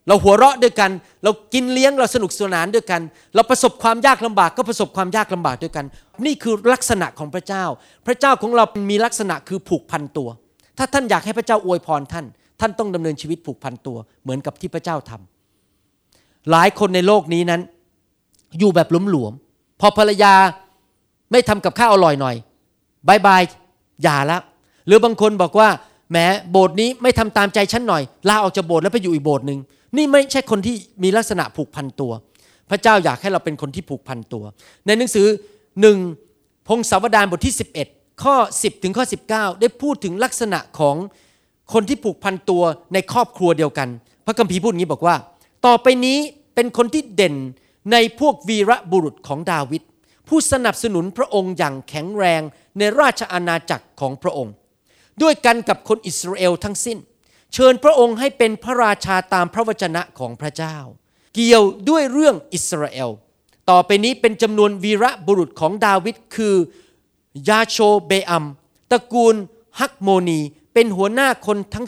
เราหัวเราะด้วยกันเรากินเลี้ยงเราสนุกสนานด้วยกันเราประสบความยากลำบากก็ประสบความยากลำบากด้วยกันนี่คือลักษณะของพระเจ้าพระเจ้าของเรามีลักษณะคือผูกพันตัวถ้าท่านอยากให้พระเจ้าอวยพรท่านต้องดำเนินชีวิตผูกพันตัวเหมือนกับที่พระเจ้าทำหลายคนในโลกนี้นั้นอยู่แบบหลวมๆพอภรรยาไม่ทำกับข้าวอร่อยหน่อยบายบายอย่าละหรือบางคนบอกว่าแหมโบสถ์นี้ไม่ทำตามใจฉันหน่อยลาออกจากโบสถ์แล้วไปอยู่อีกโบสถ์นึงนี่ไม่ใช่คนที่มีลักษณะผูกพันตัวพระเจ้าอยากให้เราเป็นคนที่ผูกพันตัวในหนังสือ1พงศาวดารบทที่11ข้อ10ถึงข้อ19ได้พูดถึงลักษณะของคนที่ผูกพันตัวในครอบครัวเดียวกันพระคัมภีร์พูดอย่างนี้บอกว่าต่อไปนี้เป็นคนที่เด่นในพวกวีรบุรุษของดาวิดผู้สนับสนุนพระองค์อย่างแข็งแรงในราชอาณาจักรของพระองค์ด้วยกันกับคนอิสราเอลทั้งสิ้นเชิญพระองค์ให้เป็นพระราชาตามพระวจนะของพระเจ้าเกี่ยวด้วยเรื่องอิสราเอลต่อไปนี้เป็นจำนวนวีรบุรุษของดาวิดคือยาโชเบอัมตระกูลฮักโมนีเป็นหัวหน้าคนทั้ง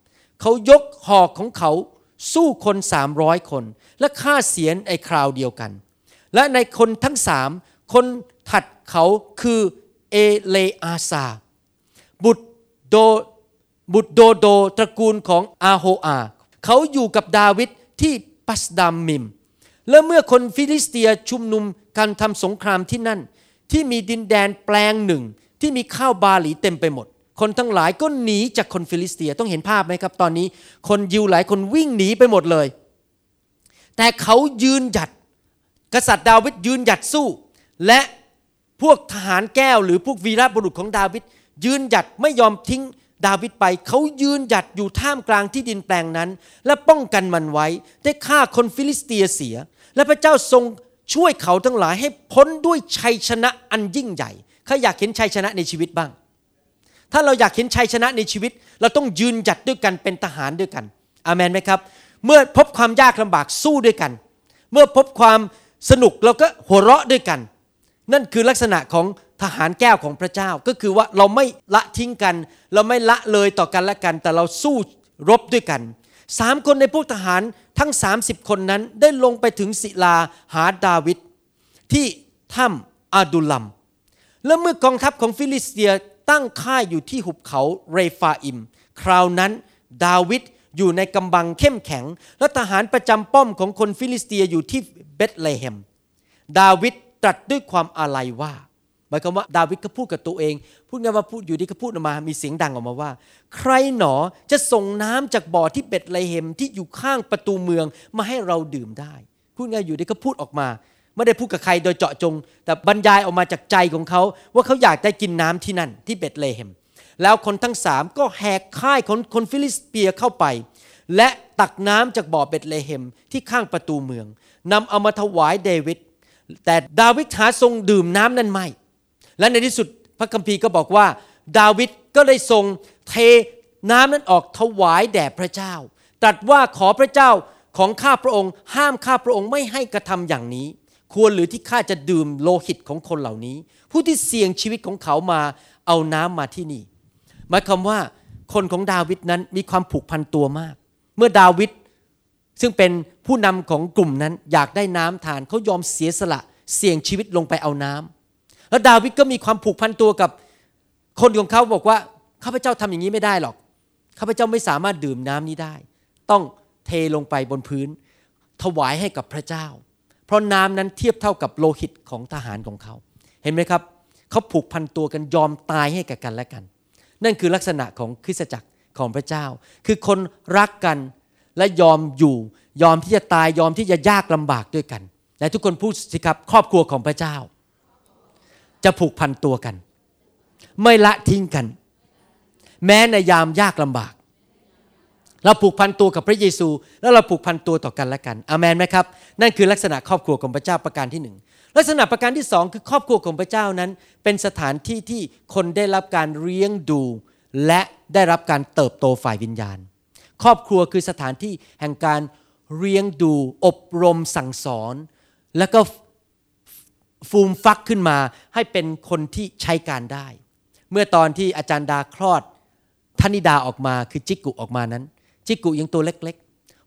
3เขายกหอกของเขาสู้คน300คนและฆ่าเสียในคราวเดียวกันและในคนทั้ง3คนถัดเขาคือเอเลอาซาบุตรโดโดตระกูลของอาโฮอาเขาอยู่กับดาวิดที่ปัสดามมิมและเมื่อคนฟิลิสเตียชุมนุมกันทำสงครามที่นั่นที่มีดินแดนแปลงหนึ่งที่มีข้าวบาหลีเต็มไปหมดคนทั้งหลายก็หนีจากคนฟิลิสเตียต้องเห็นภาพไหมครับตอนนี้คนยิวหลายคนวิ่งหนีไปหมดเลยแต่เขายืนหยัดกษัตริย์ดาวิดยืนหยัดสู้และพวกทหารแก้วหรือพวกวีรบุรุษของดาวิดยืนหยัดไม่ยอมทิ้งดาวิดไปเขายืนหยัดอยู่ท่ามกลางที่ดินแปลงนั้นและป้องกันมันไว้ได้ฆ่าคนฟิลิสเตียเสียและพระเจ้าทรงช่วยเขาทั้งหลายให้พ้นด้วยชัยชนะอันยิ่งใหญ่ใครอยากเห็นชัยชนะในชีวิตบ้างถ้าเราอยากเห็นชัยชนะในชีวิตเราต้องยืนหยัดด้วยกันเป็นทหารด้วยกันอาเมนไหมครับเมื่อพบความยากลำบากสู้ด้วยกันเมื่อพบความสนุกเราก็หัวเราะด้วยกันนั่นคือลักษณะของทหารแก้วของพระเจ้าก็คือว่าเราไม่ละทิ้งกันเราไม่ละเลยต่อกันและกันแต่เราสู้รบด้วยกัน3คนในพวกทหารทั้ง30คนนั้นได้ลงไปถึงศิลาหาดาวิดที่ถ้ำอาดุลัมและเมื่อกองทัพของฟิลิสเตียตั้งค่ายอยู่ที่หุบเขาเรฟาอิมคราวนั้นดาวิดอยู่ในกำบังเข้มแข็งและทหารประจำป้อมของคนฟิลิสเตียอยู่ที่เบธเลเฮมดาวิดตรัสด้วยความอาลัยว่าหมายความว่าดาวิดก็พูดกับตัวเองพูดไงว่าพูดอยู่ดีก็พูดออกมามีเสียงดังออกมาว่าใครหนอจะส่งน้ำจากบ่อที่เบธเลเฮมที่อยู่ข้างประตูเมืองมาให้เราดื่มได้พูดไงอยู่ดีก็พูดออกมาไม่ได้พูดกับใครโดยเจาะจงแต่บรรยายออกมาจากใจของเขาว่าเขาอยากได้กินน้ำที่นั่นที่เบธเลเฮมแล้วคนทั้ง3ก็แหกค่ายของคนฟิลิสเตียเข้าไปและตักน้ำจากบ่อเบธเลเฮมที่ข้างประตูเมืองนำเอามาถวายเดวิดแต่ดาวิดหาทรงดื่มน้ำนั้นไม่และในที่สุดพระคัมภีร์ก็บอกว่าดาวิดก็ได้ทรงเทน้ำนั้นออกถวายแด่พระเจ้าตรัสว่าขอพระเจ้าของข้าพระองค์ห้ามข้าพระองค์ไม่ให้กระทำอย่างนี้ควรหรือที่ข้าจะดื่มโลหิตของคนเหล่านี้ผู้ที่เสี่ยงชีวิตของเขามาเอาน้ำมาที่นี่หมายความว่าคนของดาวิดนั้นมีความผูกพันตัวมากเมื่อดาวิดซึ่งเป็นผู้นำของกลุ่มนั้นอยากได้น้ำทานเขายอมเสียสละเสี่ยงชีวิตลงไปเอาน้ำแล้วดาวิดก็มีความผูกพันตัวกับคนของเขาบอกว่าข้าพเจ้าทำอย่างนี้ไม่ได้หรอกข้าพเจ้าไม่สามารถดื่มน้ำนี้ได้ต้องเทลงไปบนพื้นถวายให้กับพระเจ้าเพราะน้ำนั้นเทียบเท่ากับโลหิตของทหารของเขาเห็นไหมครับเขาผูกพันตัวกันยอมตายให้กับกันและกันนั่นคือลักษณะของคริสตจักรของพระเจ้าคือคนรักกันและยอมอยู่ยอมที่จะตายยอมที่จะยากลำบากด้วยกันและทุกคนพูดสิครับครอบครัวของพระเจ้าจะผูกพันตัวกันไม่ละทิ้งกันแม้ในยามยากลำบากเราผูกพันตัวกับพระเยซูแล้วเราผูกพันตัวต่อกันและกันอาเมนไหมครับนั่นคือลักษณะครอบครัวของพระเจ้าประการที่1ลักษณะประการที่2คือครอบครัวของพระเจ้านั้นเป็นสถานที่ที่คนได้รับการเลี้ยงดูและได้รับการเติบโตฝ่ายวิญญาณครอบครัวคือสถานที่แห่งการเลี้ยงดูอบรมสั่งสอนแล้วก็ฟูมฟักขึ้นมาให้เป็นคนที่ใช้การได้เมื่อตอนที่อาจารย์ดาคลอดธนิดาออกมาคือจิกกุออกมานั้นจิกกุยังตัวเล็ก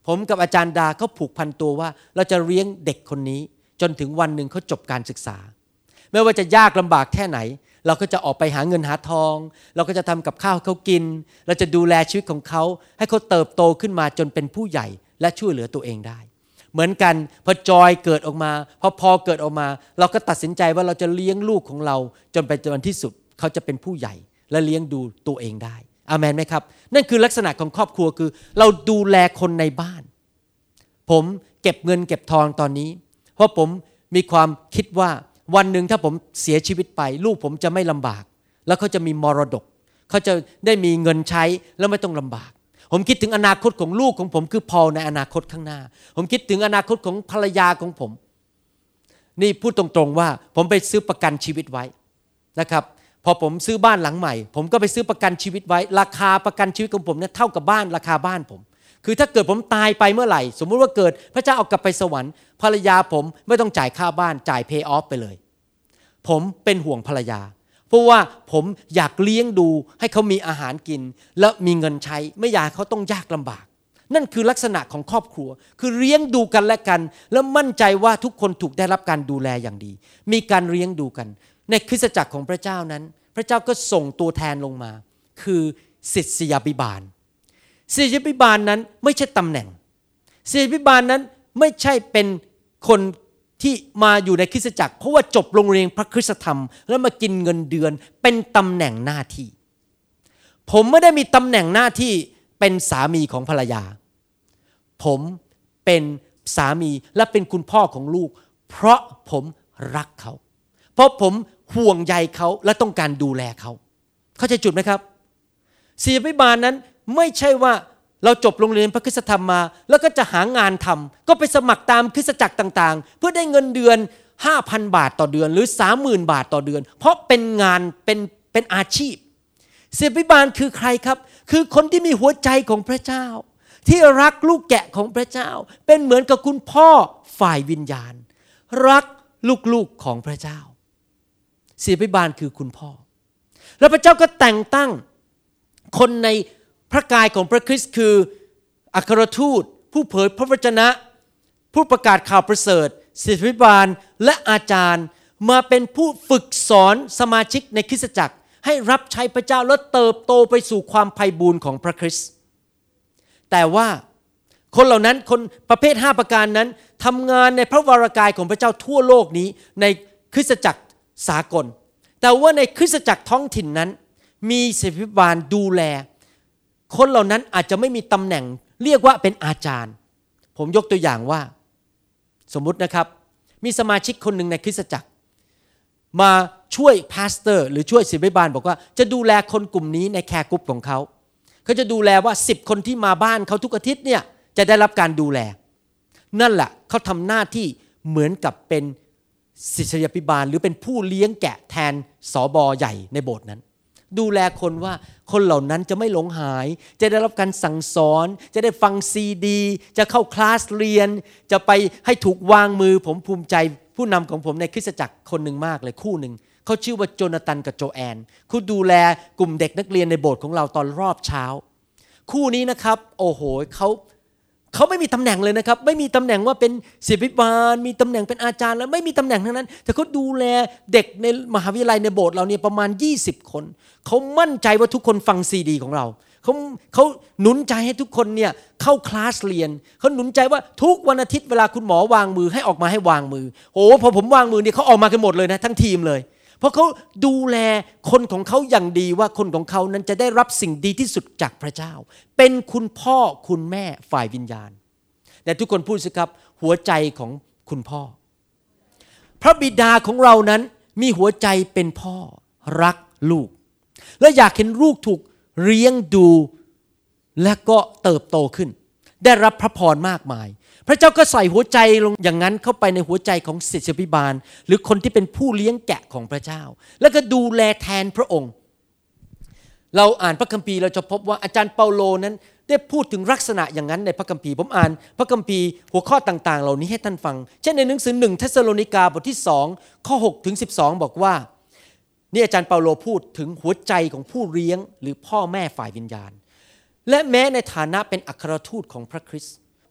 ผมกับอาจารย์ดาก็ผูกพันตัวว่าเราจะเลี้ยงเด็กคนนี้จนถึงวันหนึ่งเขาจบการศึกษาไม่ว่าจะยากลำบากแค่ไหนเราก็จะออกไปหาเงินหาทองเราก็จะทำกับข้าวให้เขากินเราจะดูแลชีวิตของเขาให้เขาเติบโตขึ้นมาจนเป็นผู้ใหญ่และช่วยเหลือตัวเองได้เหมือนกันพอจอยเกิดออกมาพอเกิดออกมาเราก็ตัดสินใจว่าเราจะเลี้ยงลูกของเราจนไปจนที่สุดเขาจะเป็นผู้ใหญ่และเลี้ยงดูตัวเองได้อาเมนไหมครับนั่นคือลักษณะของครอบครัวคือเราดูแลคนในบ้านผมเก็บเงินเก็บทองตอนนี้เพราะผมมีความคิดว่าวันหนึ่งถ้าผมเสียชีวิตไปลูกผมจะไม่ลำบากแล้วเขาจะมีมรดกเขาจะได้มีเงินใช้แล้วไม่ต้องลำบากผมคิดถึงอนาคตของลูกของผมคือพอลในอนาคตข้างหน้าผมคิดถึงอนาคตของภรรยาของผมนี่พูดตรงๆว่าผมไปซื้อประกันชีวิตไว้นะครับพอผมซื้อบ้านหลังใหม่ผมก็ไปซื้อประกันชีวิตไว้ราคาประกันชีวิตของผมเนี่ยเท่ากับบ้านราคาบ้านผมคือถ้าเกิดผมตายไปเมื่อไหร่สมมุติว่าเกิดพระเจ้าเอากลับไปสวรรค์ภรรยาผมไม่ต้องจ่ายค่าบ้านจ่าย pay off ไปเลยผมเป็นห่วงภรรยาเพราะว่าผมอยากเลี้ยงดูให้เขามีอาหารกินและมีเงินใช้ไม่อยากเขาต้องยากลำบากนั่นคือลักษณะของครอบครัวคือเลี้ยงดูกันและกันแล้วมั่นใจว่าทุกคนถูกได้รับการดูแลอย่างดีมีการเลี้ยงดูกันในคริสตจักรของพระเจ้านั้นพระเจ้าก็ส่งตัวแทนลงมาคือศิษยาภิบาลศิษยาภิบาลนั้นไม่ใช่ตำแหน่งศิษยาภิบาลนั้นไม่ใช่เป็นคนที่มาอยู่ในคริสตจักรเพราะว่าจบโรงเรียนพระคริสตธรรมแล้วมากินเงินเดือนเป็นตำแหน่งหน้าที่ผมไม่ได้มีตำแหน่งหน้าที่เป็นสามีของภรรยาผมเป็นสามีและเป็นคุณพ่อของลูกเพราะผมรักเขาเพราะผมห่วงใยเขาและต้องการดูแลเขาเข้าใจจุดไหมครับศิษยาภิบาลนั้นไม่ใช่ว่าเราจบโรงเรียนพระคริสตธรรมมาแล้วก็จะหางานทำก็ไปสมัครตามคริสตจักรต่างๆเพื่อได้เงินเดือน 5,000 บาทต่อเดือนหรือ 30,000 บาทต่อเดือนเพราะเป็นงานเป็นอาชีพศิษยาภิบาลคือใครครับคือคนที่มีหัวใจของพระเจ้าที่รักลูกแกะของพระเจ้าเป็นเหมือนกับคุณพ่อฝ่ายวิญญาณรักลูกๆของพระเจ้าศิษยาภิบาลคือคุณพ่อแล้วพระเจ้าก็แต่งตั้งคนในพระกายของพระคริสต์คืออัครทูตผู้เผยพระวจนะผู้ประกาศข่าวประเสริฐศิษยาภิบาลและอาจารย์มาเป็นผู้ฝึกสอนสมาชิกในคริสตจักรให้รับใช้พระเจ้าและเติบโตไปสู่ความไพบูลย์ของพระคริสต์แต่ว่าคนเหล่านั้นคนประเภท5ประการนั้นทำงานในพระวรากายของพระเจ้าทั่วโลกนี้ในคริสตจักรสากลแต่ว่าในคริสตจักรท้องถิ่นนั้นมีศิษยาภิบาลดูแลคนเหล่านั้นอาจจะไม่มีตำแหน่งเรียกว่าเป็นอาจารย์ผมยกตัวอย่างว่าสมมุตินะครับมีสมาชิกคนหนึ่งในคริสตจักรมาช่วยพาสเตอร์หรือช่วยศิษยาภิบาลบอกว่าจะดูแลคนกลุ่มนี้ในแคร์กรุ๊ปของเขาจะดูแลว่า10คนที่มาบ้านเขาทุกอาทิตย์เนี่ยจะได้รับการดูแลนั่นแหละเขาทำหน้าที่เหมือนกับเป็นศิษยาภิบาลหรือเป็นผู้เลี้ยงแกะแทนสบใหญ่ในโบสถ์นั้นดูแลคนว่าคนเหล่านั้นจะไม่หลงหายจะได้รับการสั่งสอนจะได้ฟังซีดีจะเข้าคลาสเรียนจะไปให้ถูกวางมือผมภูมิใจผู้นำของผมในคริสตจักรคนหนึ่งมากเลยคู่หนึ่งเขาชื่อว่าโจนาธานกับโจแอนเขาดูแลกลุ่มเด็กนักเรียนในโบสถ์ของเราตอนรอบเช้าคู่นี้นะครับโอ้โหเขาไม่มีตำแหน่งเลยนะครับไม่มีตำแหน่งว่าเป็นศิษยาภิบาลมีตำแหน่งเป็นอาจารย์แล้วไม่มีตำแหน่งทั้งนั้นแต่เขาดูแลเด็กในมหาวิทยาลัยในโบสถ์เราเนี่ยประมาณ20คนเขามั่นใจว่าทุกคนฟังซีดีของเราเขาหนุนใจให้ทุกคนเนี่ยเข้าคลาสเรียนเขาหนุนใจว่าทุกวันอาทิตย์เวลาคุณหมอวางมือให้ออกมาให้วางมือโอ้พอผมวางมือเนี่ยเขาออกมากันหมดเลยนะทั้งทีมเลยเพราะเขาดูแลคนของเขาอย่างดีว่าคนของเขานั้นจะได้รับสิ่งดีที่สุดจากพระเจ้าเป็นคุณพ่อคุณแม่ฝ่ายวิญญาณแต่ทุกคนพูดสิครับหัวใจของคุณพ่อพระบิดาของเรานั้นมีหัวใจเป็นพ่อรักลูกและอยากเห็นลูกถูกเลี้ยงดูและก็เติบโตขึ้นได้รับพระพรมากมายพระเจ้าก็ใส่หัวใจลงอย่างนั้นเข้าไปในหัวใจของศิษยาภิบาลหรือคนที่เป็นผู้เลี้ยงแกะของพระเจ้าแล้วก็ดูแลแทนพระองค์เราอ่านพระคัมภีร์เราจะพบว่าอาจารย์เปาโลนั้นได้พูดถึงลักษณะอย่างนั้นในพระคัมภีร์ผมอ่านพระคัมภีร์หัวข้อต่างๆเหล่านี้ให้ท่านฟังเช่นในหนังสือ1เธสสโลนิกาบทที่2ข้อ6ถึง12บอกว่านี่อาจารย์เปาโลพูดถึงหัวใจของผู้เลี้ยงหรือพ่อแม่ฝ่ายวิญญาณและแม้ในฐานะเป็นอัครทูตของพระคริสต์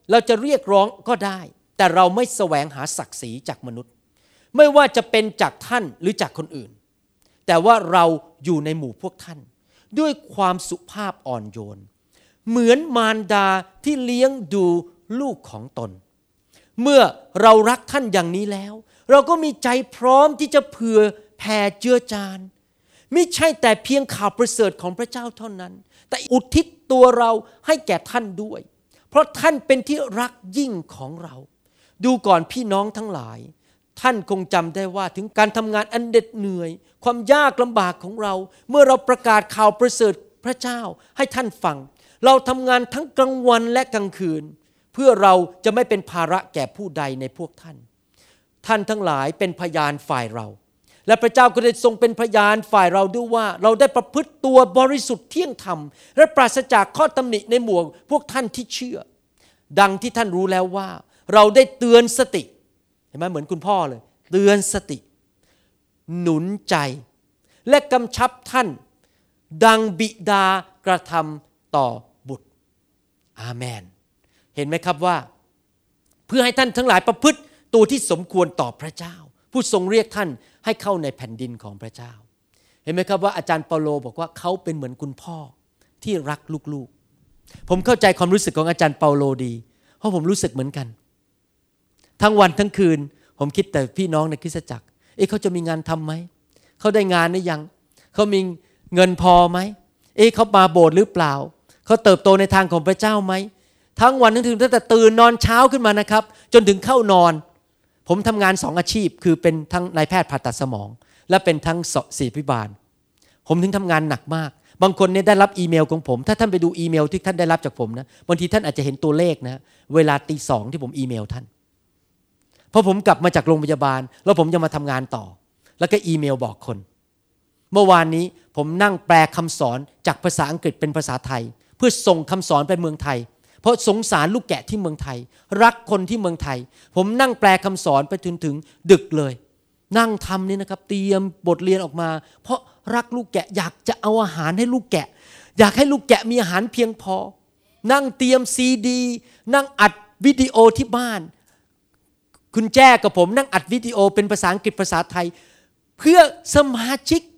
เราจะเรียกร้องก็ได้แต่เราไม่แสวงหาศักดิ์ศรีจากมนุษย์ไม่ว่าจะเป็นจากท่านหรือจากคนอื่นแต่ว่าเราอยู่ในหมู่พวกท่านด้วยความสุภาพอ่อนโยนเหมือนมารดาที่เลี้ยงดูลูกของตนเมื่อเรารักท่านอย่างนี้แล้วเราก็มีใจพร้อมที่จะเผื่อแผ่เจือจานไม่ใช่แต่เพียงข่าวประเสริฐของพระเจ้าเท่านั้นแต่อุทิศตัวเราให้แก่ท่านด้วยเพราะท่านเป็นที่รักยิ่งของเราดูก่อนพี่น้องทั้งหลายท่านคงจำได้ว่าถึงการทำงานอันเด็ดเหนื่อยความยากลำบากของเราเมื่อเราประกาศข่าวประเสริฐพระเจ้าให้ท่านฟังเราทำงานทั้งกลางวันและกลางคืนเพื่อเราจะไม่เป็นภาระแก่ผู้ใดในพวกท่านท่านทั้งหลายเป็นพยานฝ่ายเราและพระเจ้าก็ได้ทรงเป็นพยานฝ่ายเราด้วยว่าเราได้ประพฤติตัวบริสุทธิ์เที่ยงธรรมและปราศจากข้อตำหนิในหมู่พวกท่านที่เชื่อดังที่ท่านรู้แล้วว่าเราได้เตือนสติเห็นไหมเหมือนคุณพ่อเลยเตือนสติหนุนใจและกำชับท่านดังบิดากระทำต่อบุตรอาเมนเห็นไหมครับว่าเพื่อให้ท่านทั้งหลายประพฤติตัวที่สมควรต่อพระเจ้าผู้ทรงเรียกท่านให้เข้าในแผ่นดินของพระเจ้าเห็นไหมครับว่าอาจารย์เปาโลบอกว่าเขาเป็นเหมือนคุณพ่อที่รักลูกๆผมเข้าใจความรู้สึกของอาจารย์เปาโลดีเพราะผมรู้สึกเหมือนกันทั้งวันทั้งคืนผมคิดแต่พี่น้องในคริสตจักรเขาจะมีงานทำไหมเขาได้งานหรือยังเขามีเงินพอไหมเขามาโบสถ์หรือเปล่าเขาเติบโตในทางของพระเจ้าไหมทั้งวันทั้งคืนตั้งแต่ตื่นนอนเช้าขึ้นมานะครับจนถึงเข้านอนผมทำงาน2 อาชีพคือเป็นทั้งนายแพทย์ผ่าตัดสมองและเป็นทั้งศิริพิบาลผมถึงทำงานหนักมากบางคนเนี่ยได้รับอีเมลของผมถ้าท่านไปดูอีเมลที่ท่านได้รับจากผมนะบางทีท่านอาจจะเห็นตัวเลขนะเวลา 2:00 ที่ผมอีเมลท่านพอผมกลับมาจากโรงพยาบาลแล้วผมจะมาทำงานต่อแล้วก็อีเมลบอกคนเมื่อวานนี้ผมนั่งแปลคำสอนจากภาษาอังกฤษเป็นภาษาไทยเพื่อส่งคำสอนไปเมืองไทยเพราะสงสารลูกแกะที่เมืองไทยรักคนที่เมืองไทยผมนั่งแปลคำสอนไปถึงดึกเลยนั่งทำนี่นะครับเตรียมบทเรียนออกมาเพราะรักลูกแกะอยากจะเอาอาหารให้ลูกแกะอยากให้ลูกแกะมีอาหารเพียงพอนั่งเตรียมซีดีนั่งอัดวิดีโอที่บ้านคุณแจ้กับผมนั่งอัดวิดีโอเป็นภาษาอังกฤษภาษาไทยเพื่อสมาชิก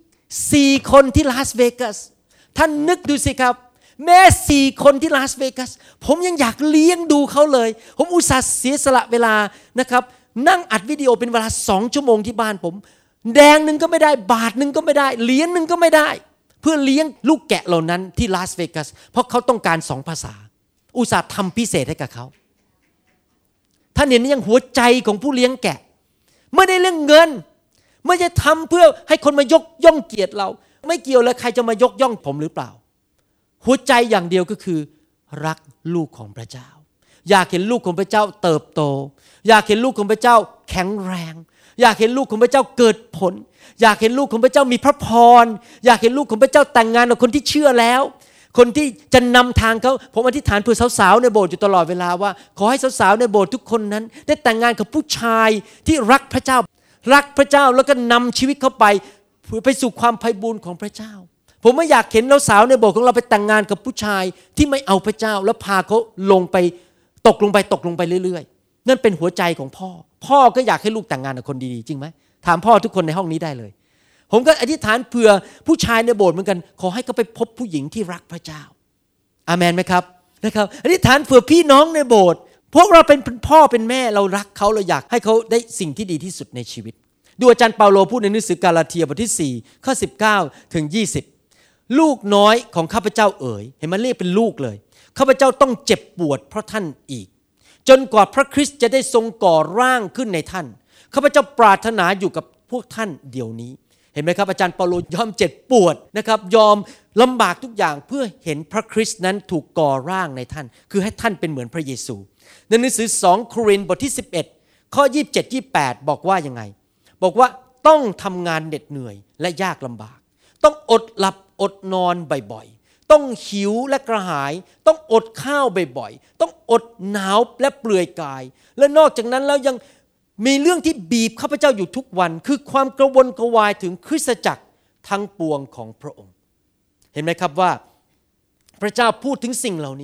4 คนที่ลาสเวกัสท่านนึกดูสิครับแม่4 คนที่ลาสเวกัสผมยังอยากเลี้ยงดูเขาเลยผมอุตส่าห์เสียสละเวลานะครับนั่งอัดวิดีโอเป็นเวลา2 ชั่วโมงที่บ้านผมแดงนึงก็ไม่ได้บาทนึงก็ไม่ได้เหรียญนึงก็ไม่ได้เพื่อเลี้ยงลูกแกะเหล่านั้นที่ลาสเวกัสเพราะเขาต้องการ2 ภาษาอุตส่าห์ทำพิเศษให้กับเขาท่านเห็นยังหัวใจของผู้เลี้ยงแกะไม่ได้เรื่องเงินไม่ใช่ทำเพื่อให้คนมายกย่องเกียรติเราไม่เกี่ยวเลยใครจะมายกย่องผมหรือเปล่าหัวใจอย่างเดียวก็คือรักลูกของพระเจ้าอยากเห็นลูกของพระเจ้าเติบโตอยากเห็นลูกของพระเจ้าแข็งแรงอยากเห็นลูกของพระเจ้าเกิดผลอยากเห็นลูกของพระเจ้ามีพระพรอยากเห็นลูกของพระเจ้าแต่งงานกับคนที่เชื่อแล้วคนที่จะนำทางเขาผมอธิษฐานเพื่อสาวๆในโบสถ์อยู่ตลอดเวลาว่าขอให้สาวๆในโบสถ์ทุกคนนั้นได้แต่งงานกับผู้ชายที่รักพระเจ้าแล้วก็นำชีวิตเขาไปสู่ความไพบูลย์ของพระเจ้าผมไม่อยากเห็นสาวในโบสถ์ของเราไปแต่งงานกับผู้ชายที่ไม่เอาพระเจ้าแล้วพาเขาตกลงไปเรื่อยๆนั่นเป็นหัวใจของพ่อก็อยากให้ลูกแต่งงานกับคนดีๆจริงไหมถามพ่อทุกคนในห้องนี้ได้เลยผมก็อธิษฐานเผื่อผู้ชายในโบสถ์เหมือนกันขอให้เขาไปพบผู้หญิงที่รักพระเจ้าอาเมนไหมครับนะครับอธิษฐานเผื่อพี่น้องในโบสถ์พวกเราเป็นพ่อเป็นแม่เรารักเขาเราอยากให้เขาได้สิ่งที่ดีที่สุดในชีวิตดูอาจารย์เปาโลพูดในหนังสือกาลาเทียบทที่4ข้อ19ถึง20ลูกน้อยของข้าพเจ้าเอ๋ยเห็นมันเรียกเป็นลูกเลยข้าพเจ้าต้องเจ็บปวดเพราะท่านอีกจนกว่าพระคริสต์จะได้ทรงก่อร่างขึ้นในท่านข้าพเจ้าปรารถนาอยู่กับพวกท่านเดี๋ยวนี้เห็นไหมครับอาจารย์เปาโลยอมเจ็บปวดนะครับยอมลำบากทุกอย่างเพื่อเห็นพระคริสต์นั้นถูกก่อร่างในท่านคือให้ท่านเป็นเหมือนพระเยซูในหนังสือ2 โครินธ์บทที่11ข้อ27-28บอกว่ายังไงบอกว่าต้องทำงานเหน็ดเหนื่อยและยากลำบากต้องอดหลับอดนอนบ่อยๆต้องหิวและกระหายต้องอดข้าวบ่อยๆต้องอดหนาวและเปลือยกายและนอกจากนั้นแล้วยังมีเรื่องที่บีบข้าพเจ้าอยู่ทุกวันคือความกระวนกระวายถึงคริสตจักรทั้งปวงของพระองค์เห็นไหมครับว่าพระเจ้าพูดถึงสิ่งเหล่านี้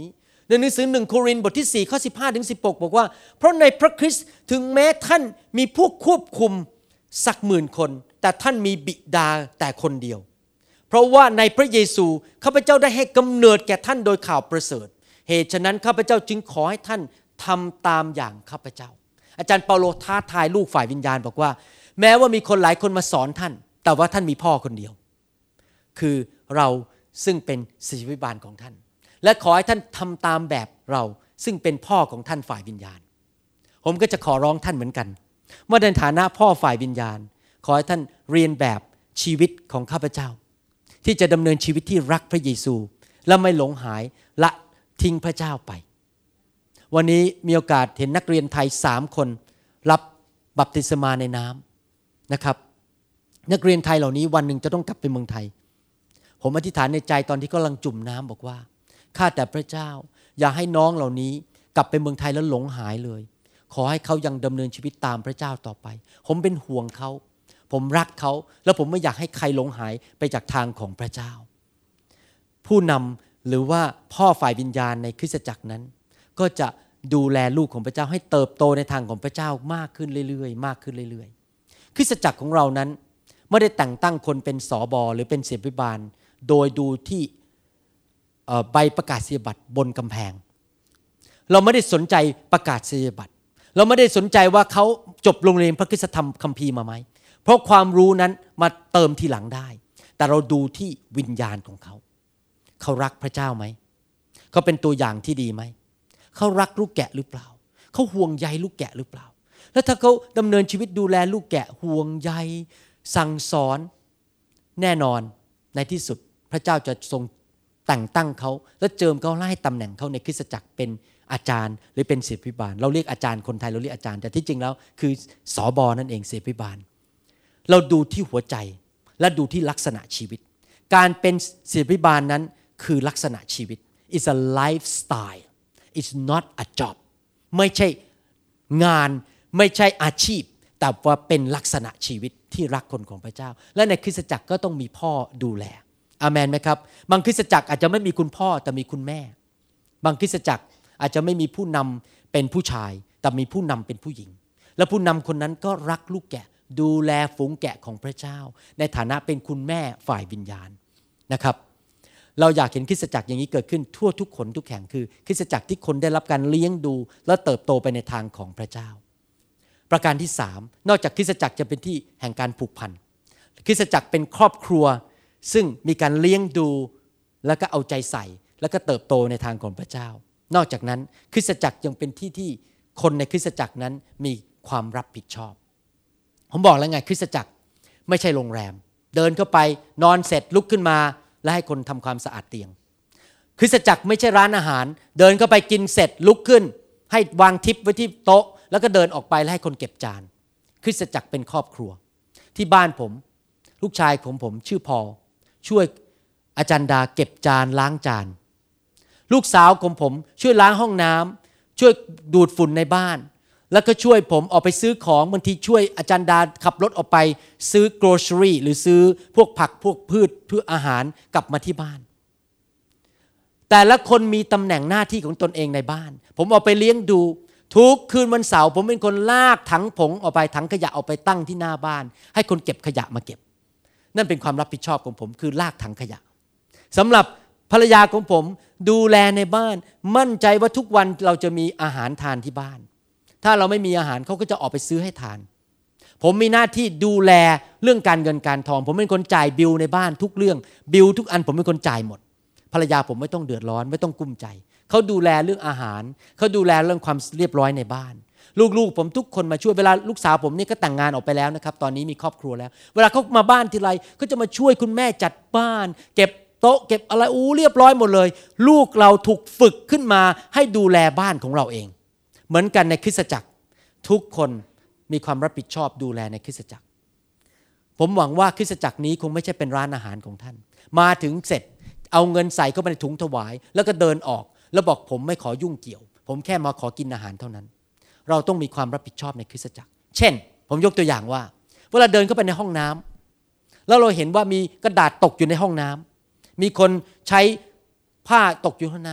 ในหนังสือ1โครินธ์บทที่4ข้อ15ถึง16บอกว่าเพราะในพระคริสต์ถึงแม้ท่านมีผู้ควบคุมสักหมื่นคนแต่ท่านมีบิดาแต่คนเดียวเพราะว่าในพระเยซูข้าพเจ้าได้ให้กำเนิดแก่ท่านโดยข่าวประเสริฐเหตุฉะนั้นข้าพเจ้าจึงขอให้ท่านทำตามอย่างข้าพเจ้าอาจารย์เปาโลท้าทายลูกฝ่ายวิญญาณบอกว่าแม้ว่ามีคนหลายคนมาสอนท่านแต่ว่าท่านมีพ่อคนเดียวคือเราซึ่งเป็นศิษยาภิบาลของท่านและขอให้ท่านทำตามแบบเราซึ่งเป็นพ่อของท่านฝ่ายวิญญาณผมก็จะขอร้องท่านเหมือนกันว่าในฐานะพ่อฝ่ายวิญญาณขอให้ท่านเรียนแบบชีวิตของข้าพเจ้าที่จะดำเนินชีวิตที่รักพระเยซูและไม่หลงหายละทิ้งพระเจ้าไปวันนี้มีโอกาสเห็นนักเรียนไทย3คนรับบัพติศมาในน้ำนะครับนักเรียนไทยเหล่านี้วันหนึ่งจะต้องกลับไปเมืองไทยผมอธิษฐานในใจตอนที่กำลังจุ่มน้ำบอกว่าข้าแต่พระเจ้าอย่าให้น้องเหล่านี้กลับไปเมืองไทยแล้วหลงหายเลยขอให้เขายังดำเนินชีวิตตามพระเจ้าต่อไปผมเป็นห่วงเขาผมรักเขาแล้วผมไม่อยากให้ใครหลงหายไปจากทางของพระเจ้าผู้นำหรือว่าพ่อฝ่ายวิญญาณในคริสตจักรนั้นก็จะดูแลลูกของพระเจ้าให้เติบโตในทางของพระเจ้ามากขึ้นเรื่อยๆมากขึ้นเรื่อยๆคริสตจักรของเรานั้นไม่ได้แต่งตั้งคนเป็นสบหรือเป็นศิษยาภิบาลโดยดูที่ใบประกาศนียบัตรบนกำแพงเราไม่ได้สนใจประกาศนียบัตรเราไม่ได้สนใจว่าเขาจบโรงเรียนพระคริสตธรรมคัมภีร์มาไหมเพราะความรู้นั้นมาเติมทีหลังได้แต่เราดูที่วิญญาณของเขาเขารักพระเจ้าไหมเขาเป็นตัวอย่างที่ดีไหมเขารักลูกแกะหรือเปล่าเขาห่วงใยลูกแกะหรือเปล่าแล้วถ้าเขาดำเนินชีวิตดูแลลูกแกะห่วงใยสั่งสอนแน่นอนในที่สุดพระเจ้าจะทรงแต่งตั้งเขาและเจิมเขาให้ตำแหน่งเขาในคริสตจักรเป็นอาจารย์หรือเป็นศิษยาภิบาลเราเรียกอาจารย์คนไทยเราเรียกอาจารย์แต่ที่จริงแล้วคือสบนั่นเองศิษยาภิบาลเราดูที่หัวใจและดูที่ลักษณะชีวิตการเป็นศิษยาภิบาลนั้นคือลักษณะชีวิต It's a lifestyle It's not a job ไม่ใช่งานไม่ใช่อาชีพแต่ว่าเป็นลักษณะชีวิตที่รักคนของพระเจ้าและในคริสตจักรก็ต้องมีพ่อดูแลอาเมนไหมครับบางคริสตจักรอาจจะไม่มีคุณพ่อแต่มีคุณแม่บางคริสตจักรอาจจะไม่มีผู้นำเป็นผู้ชายแต่มีผู้นำเป็นผู้หญิงและผู้นำคนนั้นก็รักลูกแกะดูแลฝูงแกะของพระเจ้าในฐานะเป็นคุณแม่ฝ่ายวิญญาณนะครับเราอยากเห็นคริสตจักรอย่างนี้เกิดขึ้นทั่วทุกคนทุกแห่งคือคริสตจักรที่คนได้รับการเลี้ยงดูและเติบโตไปในทางของพระเจ้าประการที่3นอกจากคริสตจักรจะเป็นที่แห่งการผูกพันคริสตจักรเป็นครอบครัวซึ่งมีการเลี้ยงดูแล้วก็เอาใจใส่แล้วก็เติบโตในทางของพระเจ้านอกจากนั้นคริสตจักรยังเป็นที่ที่คนในคริสตจักรนั้นมีความรับผิดชอบผมบอกแล้วไงคริสตจักรไม่ใช่โรงแรมเดินเข้าไปนอนเสร็จลุกขึ้นมาและให้คนทำความสะอาดเตียงคริสตจักรไม่ใช่ร้านอาหารเดินเข้าไปกินเสร็จลุกขึ้นให้วางทิปไว้ที่โต๊ะแล้วก็เดินออกไปแล้วให้คนเก็บจานคริสตจักรเป็นครอบครัวที่บ้านผมลูกชายของผมชื่อพอลช่วยอาจารย์ดาเก็บจานล้างจานลูกสาวของผมช่วยล้างห้องน้ำช่วยดูดฝุ่นในบ้านแล้วก็ช่วยผมออกไปซื้อของบางทีช่วยอาจารย์ดาขับรถออกไปซื้อ grocery หรือซื้อพวกผักพวกพืชเพื่ออาหารกลับมาที่บ้านแต่ละคนมีตำแหน่งหน้าที่ของตนเองในบ้านผมเอาไปเลี้ยงดูทุกคืนวันเสาร์ผมเป็นคนลากถังผงออกไปถังขยะออกไปตั้งที่หน้าบ้านให้คนเก็บขยะมาเก็บนั่นเป็นความรับผิดชอบของผมคือลากถังขยะสำหรับภรรยาของผมดูแลในบ้านมั่นใจว่าทุกวันเราจะมีอาหารทานที่บ้านถ้าเราไม่มีอาหารเขาก็จะออกไปซื้อให้ทานผมมีหน้าที่ดูแลเรื่องการเงินการทองผมเป็นคนจ่ายบิลในบ้านทุกเรื่องบิลทุกอันผมเป็นคนจ่ายหมดภรรยาผมไม่ต้องเดือดร้อนไม่ต้องกุ้มใจเขาดูแลเรื่องอาหารเขาดูแลเรื่องความเรียบร้อยในบ้านลูกๆผมทุกคนมาช่วยเวลาลูกสาวผมนี่ก็แต่งงานออกไปแล้วนะครับตอนนี้มีครอบครัวแล้วเวลาเขามาบ้านทีไรก็จะมาช่วยคุณแม่จัดบ้านเก็บโต๊ะเก็บอะไรเรียบร้อยหมดเลยลูกเราถูกฝึกขึ้นมาให้ดูแลบ้านของเราเองเหมือนกันในคริสตจักรทุกคนมีความรับผิดชอบดูแลในคริสตจักรผมหวังว่าคริสตจักรนี้คงไม่ใช่เป็นร้านอาหารของท่านมาถึงเสร็จเอาเงินใส่เข้าไปในถุงถวายแล้วก็เดินออกแล้วบอกผมไม่ขอยุ่งเกี่ยวผมแค่มาขอกินอาหารเท่านั้นเราต้องมีความรับผิดชอบในคริสตจักรเช่นผมยกตัวอย่างว่าเวลาเดินเข้าไปในห้องน้ำแล้วเราเห็นว่ามีกระดาษตกอยู่ในห้องน้ำมีคนใช้ผ้าตกอยู่ในห้องน้ำ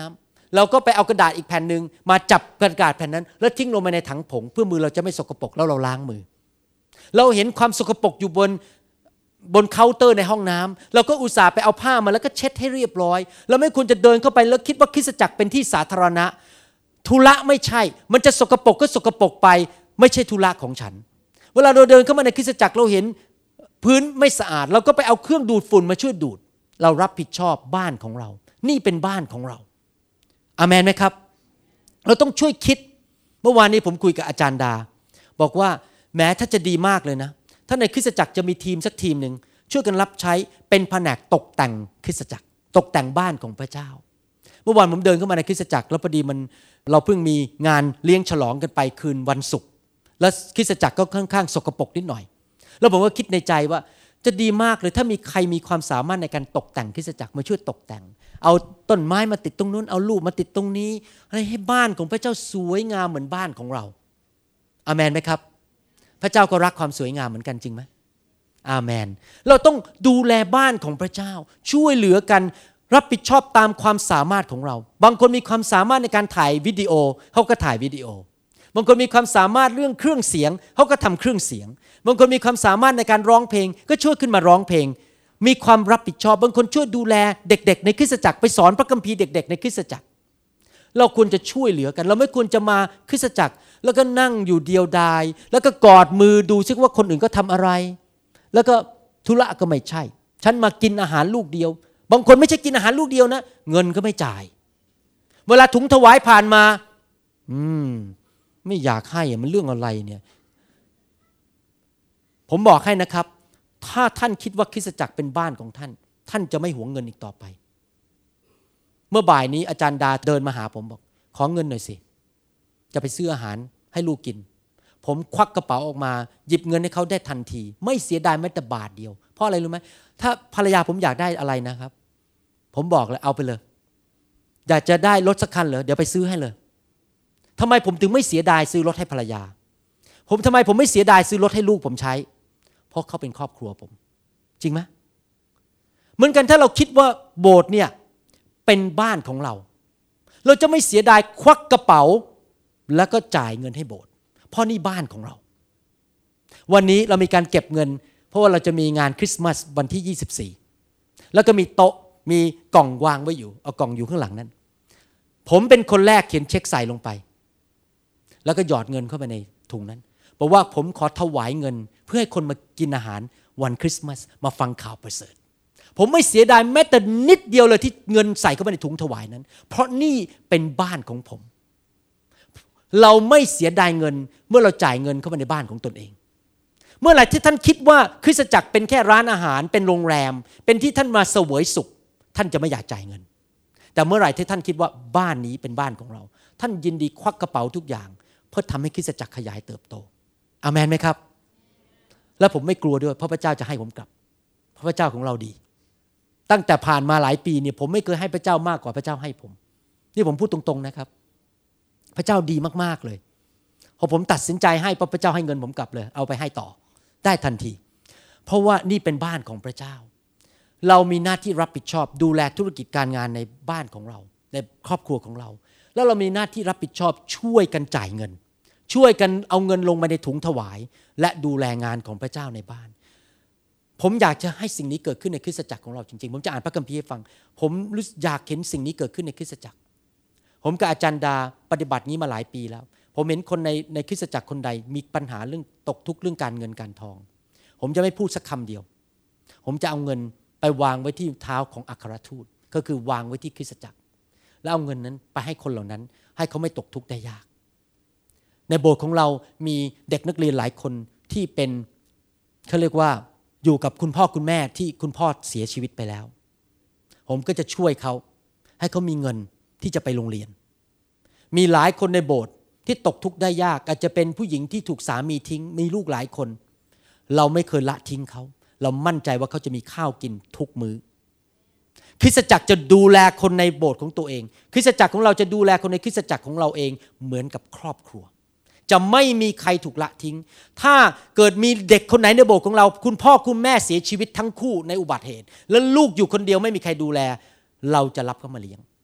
เราก็ไปเอากระดาษอีกแผ่นนึงมาจับกระดาษแผ่นนั้นแล้วทิ้งลงไปในถังผงเพื่อมือเราจะไม่สกปรกแล้วเราล้างมือเราเห็นความสกปรกอยู่บนเคาน์เตอร์ในห้องน้ำเราก็อุตส่าห์ไปเอาผ้ามาแล้วก็เช็ดให้เรียบร้อยเราไม่ควรจะเดินเข้าไปแล้วคิดว่าคริสตจักรเป็นที่สาธารณะธุระไม่ใช่มันจะสกปรกก็สกปรกไปไม่ใช่ธุระของฉันเวลาเราเดินเข้ามาในคริสตจักรเราเห็นพื้นไม่สะอาดเราก็ไปเอาเครื่องดูดฝุ่นมาช่วยดูดเรารับผิดชอบบ้านของเรานี่เป็นบ้านของเราอาเมนไหมครับเราต้องช่วยคิดเมื่อวานนี้ผมคุยกับอาจารย์ดาบอกว่าแม้ถ้าจะดีมากเลยนะถ้าในคริสตจักรจะมีทีมสักทีมนึงช่วยกันรับใช้เป็นแผนกตกแต่งคริสตจักรตกแต่งบ้านของพระเจ้าเมื่อวานผมเดินเข้ามาในคริสตจักรแล้วพอดีเราเพิ่งมีงานเลี้ยงฉลองกันไปคืนวันศุกร์แล้วคริสตจักรก็ค่อนข้างสกปรกนิดหน่อยแล้วผมก็คิดในใจว่าจะดีมากเลยถ้ามีใครมีความสามารถในการตกแต่งคริสตจักรมาช่วยตกแต่งเอาต้นไม้มาติดตรงนู้นเอารูปมาติดตรงนี้อะไรให้บ้านของพระเจ้าสวยงามเหมือนบ้านของเราอาเมนไหมครับพระเจ้าก็รักความสวยงามเหมือนกันจริงไหมอาเมนเราต้องดูแลบ้านของพระเจ้าช่วยเหลือกันรับผิดชอบตามความสามารถของเราบางคนมีความสามารถในการถ่ายวิดีโอเขาก็ถ่ายวิดีโอบางคนมีความสามารถเรื่องเครื่องเสียงเขาก็ทำเครื่องเสียงบางคนมีความสามารถในการร้องเพลงก็ช่วยขึ้นมาร้องเพลงมีความรับผิดชอบบางคนช่วยดูแลเด็กๆในคริสตจักรไปสอนพระคัมภีร์เด็กๆในคริสตจักรเราควรจะช่วยเหลือกันเราไม่ควรจะมาคริสตจักรแล้วก็นั่งอยู่เดียวดายแล้วก็กอดมือดูซิว่าคนอื่นก็ทำอะไรแล้วก็ธุระก็ไม่ใช่ฉันมากินอาหารลูกเดียวบางคนไม่ใช่กินอาหารลูกเดียวนะเงินก็ไม่จ่ายเวลาถุงถวายผ่านมาไม่อยากให้มันเรื่องอะไรเนี่ยผมบอกให้นะครับถ้าท่านคิดว่าคริสตจักรเป็นบ้านของท่านท่านจะไม่หวงเงินอีกต่อไปเมื่อบ่ายนี้อาจารย์ดาเดินมาหาผมบอกขอเงินหน่อยสิจะไปซื้ออาหารให้ลูกกินผมควักกระเป๋าออกมาหยิบเงินให้เขาได้ทันทีไม่เสียดายแม้แต่บาทเดียวเพราะอะไรรู้ไหมถ้าภรรยาผมอยากได้อะไรนะครับผมบอกเลยเอาไปเลยอยากจะได้รถสักคันเหรอเดี๋ยวไปซื้อให้เลยทำไมผมถึงไม่เสียดายซื้อรถให้ภรรยาทำไมผมไม่เสียดายซื้อรถให้ลูกผมใช้เพราะเขาเป็นครอบครัวผมจริงไหมเหมือนกันถ้าเราคิดว่าโบสถ์เนี่ยเป็นบ้านของเราจะไม่เสียดายควักกระเป๋าแล้วก็จ่ายเงินให้โบสถ์เพราะนี่บ้านของเราวันนี้เรามีการเก็บเงินเพราะว่าเราจะมีงานคริสต์มาสวันที่24แล้วก็มีโต๊ะมีกล่องวางไว้อยู่เอากล่องอยู่ข้างหลังนั้นผมเป็นคนแรกเขียนเช็คใส่ลงไปแล้วก็หยอดเงินเข้าไปในถุงนั้นบอกว่าผมขอถวายเงินเพื่อให้คนมากินอาหารวันคริสต์มาสมาฟังข่าวประเสริฐผมไม่เสียดายแม้แต่นิดเดียวเลยที่เงินใส่เข้าไปในถุงถวายนั้นเพราะนี่เป็นบ้านของผมเราไม่เสียดายเงินเมื่อเราจ่ายเงินเข้าไปในบ้านของตนเองเมื่อไหร่ที่ท่านคิดว่าคริสตจักรเป็นแค่ร้านอาหารเป็นโรงแรมเป็นที่ท่านมาเสวยสุขท่านจะไม่อยากจ่ายเงินแต่เมื่อไหร่ที่ท่านคิดว่าบ้านนี้เป็นบ้านของเราท่านยินดีควักกระเป๋าทุกอย่างเพื่อทำให้คริสตจักรขยายเติบโตอาเมนไหมครับและผมไม่กลัวด้วยเพราะพระเจ้าจะให้ผมกลับเพราะพระเจ้าของเราดีตั้งแต่ผ่านมาหลายปีเนี่ยผมไม่เคยให้พระเจ้ามากกว่าพระเจ้าให้ผมนี่ผมพูดตรงๆนะครับพระเจ้าดีมากๆเลยพอผมตัดสินใจให้พระเจ้าให้เงินผมกลับเลยเอาไปให้ต่อได้ทันทีเพราะว่านี่เป็นบ้านของพระเจ้าเรามีหน้าที่รับผิดชอบดูแลธุรกิจการงานในบ้านของเราในครอบครัวของเราแล้วเรามีหน้าที่รับผิดชอบช่วยกันจ่ายเงินช่วยกันเอาเงินลงมาในถุงถวายและดูแลงานของพระเจ้าในบ้านผมอยากจะให้สิ่งนี้เกิดขึ้นในคริสตจักรของเราจริงๆผมจะอ่านพระคัมภีร์ให้ฟังผมอยากเห็นสิ่งนี้เกิดขึ้นในคริสตจักรผมกับอาจารย์ดาปฏิบัตินี้มาหลายปีแล้วผมเห็นคนในคริสตจักรคนใดมีปัญหาเรื่องตกทุกข์เรื่องการเงินการทองผมจะไม่พูดสักคำเดียวผมจะเอาเงินไปวางไว้ที่เท้าของอัครทูตก็คือวางไว้ที่คริสตจักรแล้วเอาเงินนั้นไปให้คนเหล่านั้นให้เขาไม่ตกทุกข์ได้ยากในโบสถ์ของเรามีเด็กนักเรียนหลายคนที่เป็นเขาเรียกว่าอยู่กับคุณพ่อคุณแม่ที่คุณพ่อเสียชีวิตไปแล้วผมก็จะช่วยเขาให้เขามีเงินที่จะไปโรงเรียนมีหลายคนในโบสถ์ที่ตกทุกข์ได้ยากอาจจะเป็นผู้หญิงที่ถูกสามีทิ้งมีลูกหลายคนเราไม่เคยละทิ้งเขาเรามั่นใจว่าเขาจะมีข้าวกินทุกมื้อคริสตจักรจะดูแลคนในโบสถ์ของตัวเองคริสตจักรของเราจะดูแลคนในคริสตจักรของเราเองเหมือนกับครอบครัวจะไม่มีใครถูกละทิ้งถ้าเกิดมีเด็กคนไหนในโบสถ์ของเราคุณพ่อคุณแม่เสียชีวิตทั้งคู่ในอุบัติเหตุแล้วลูกอยู่คนเดียวไม่มีใครดูแลเราจะรับเขามาเลี้ยง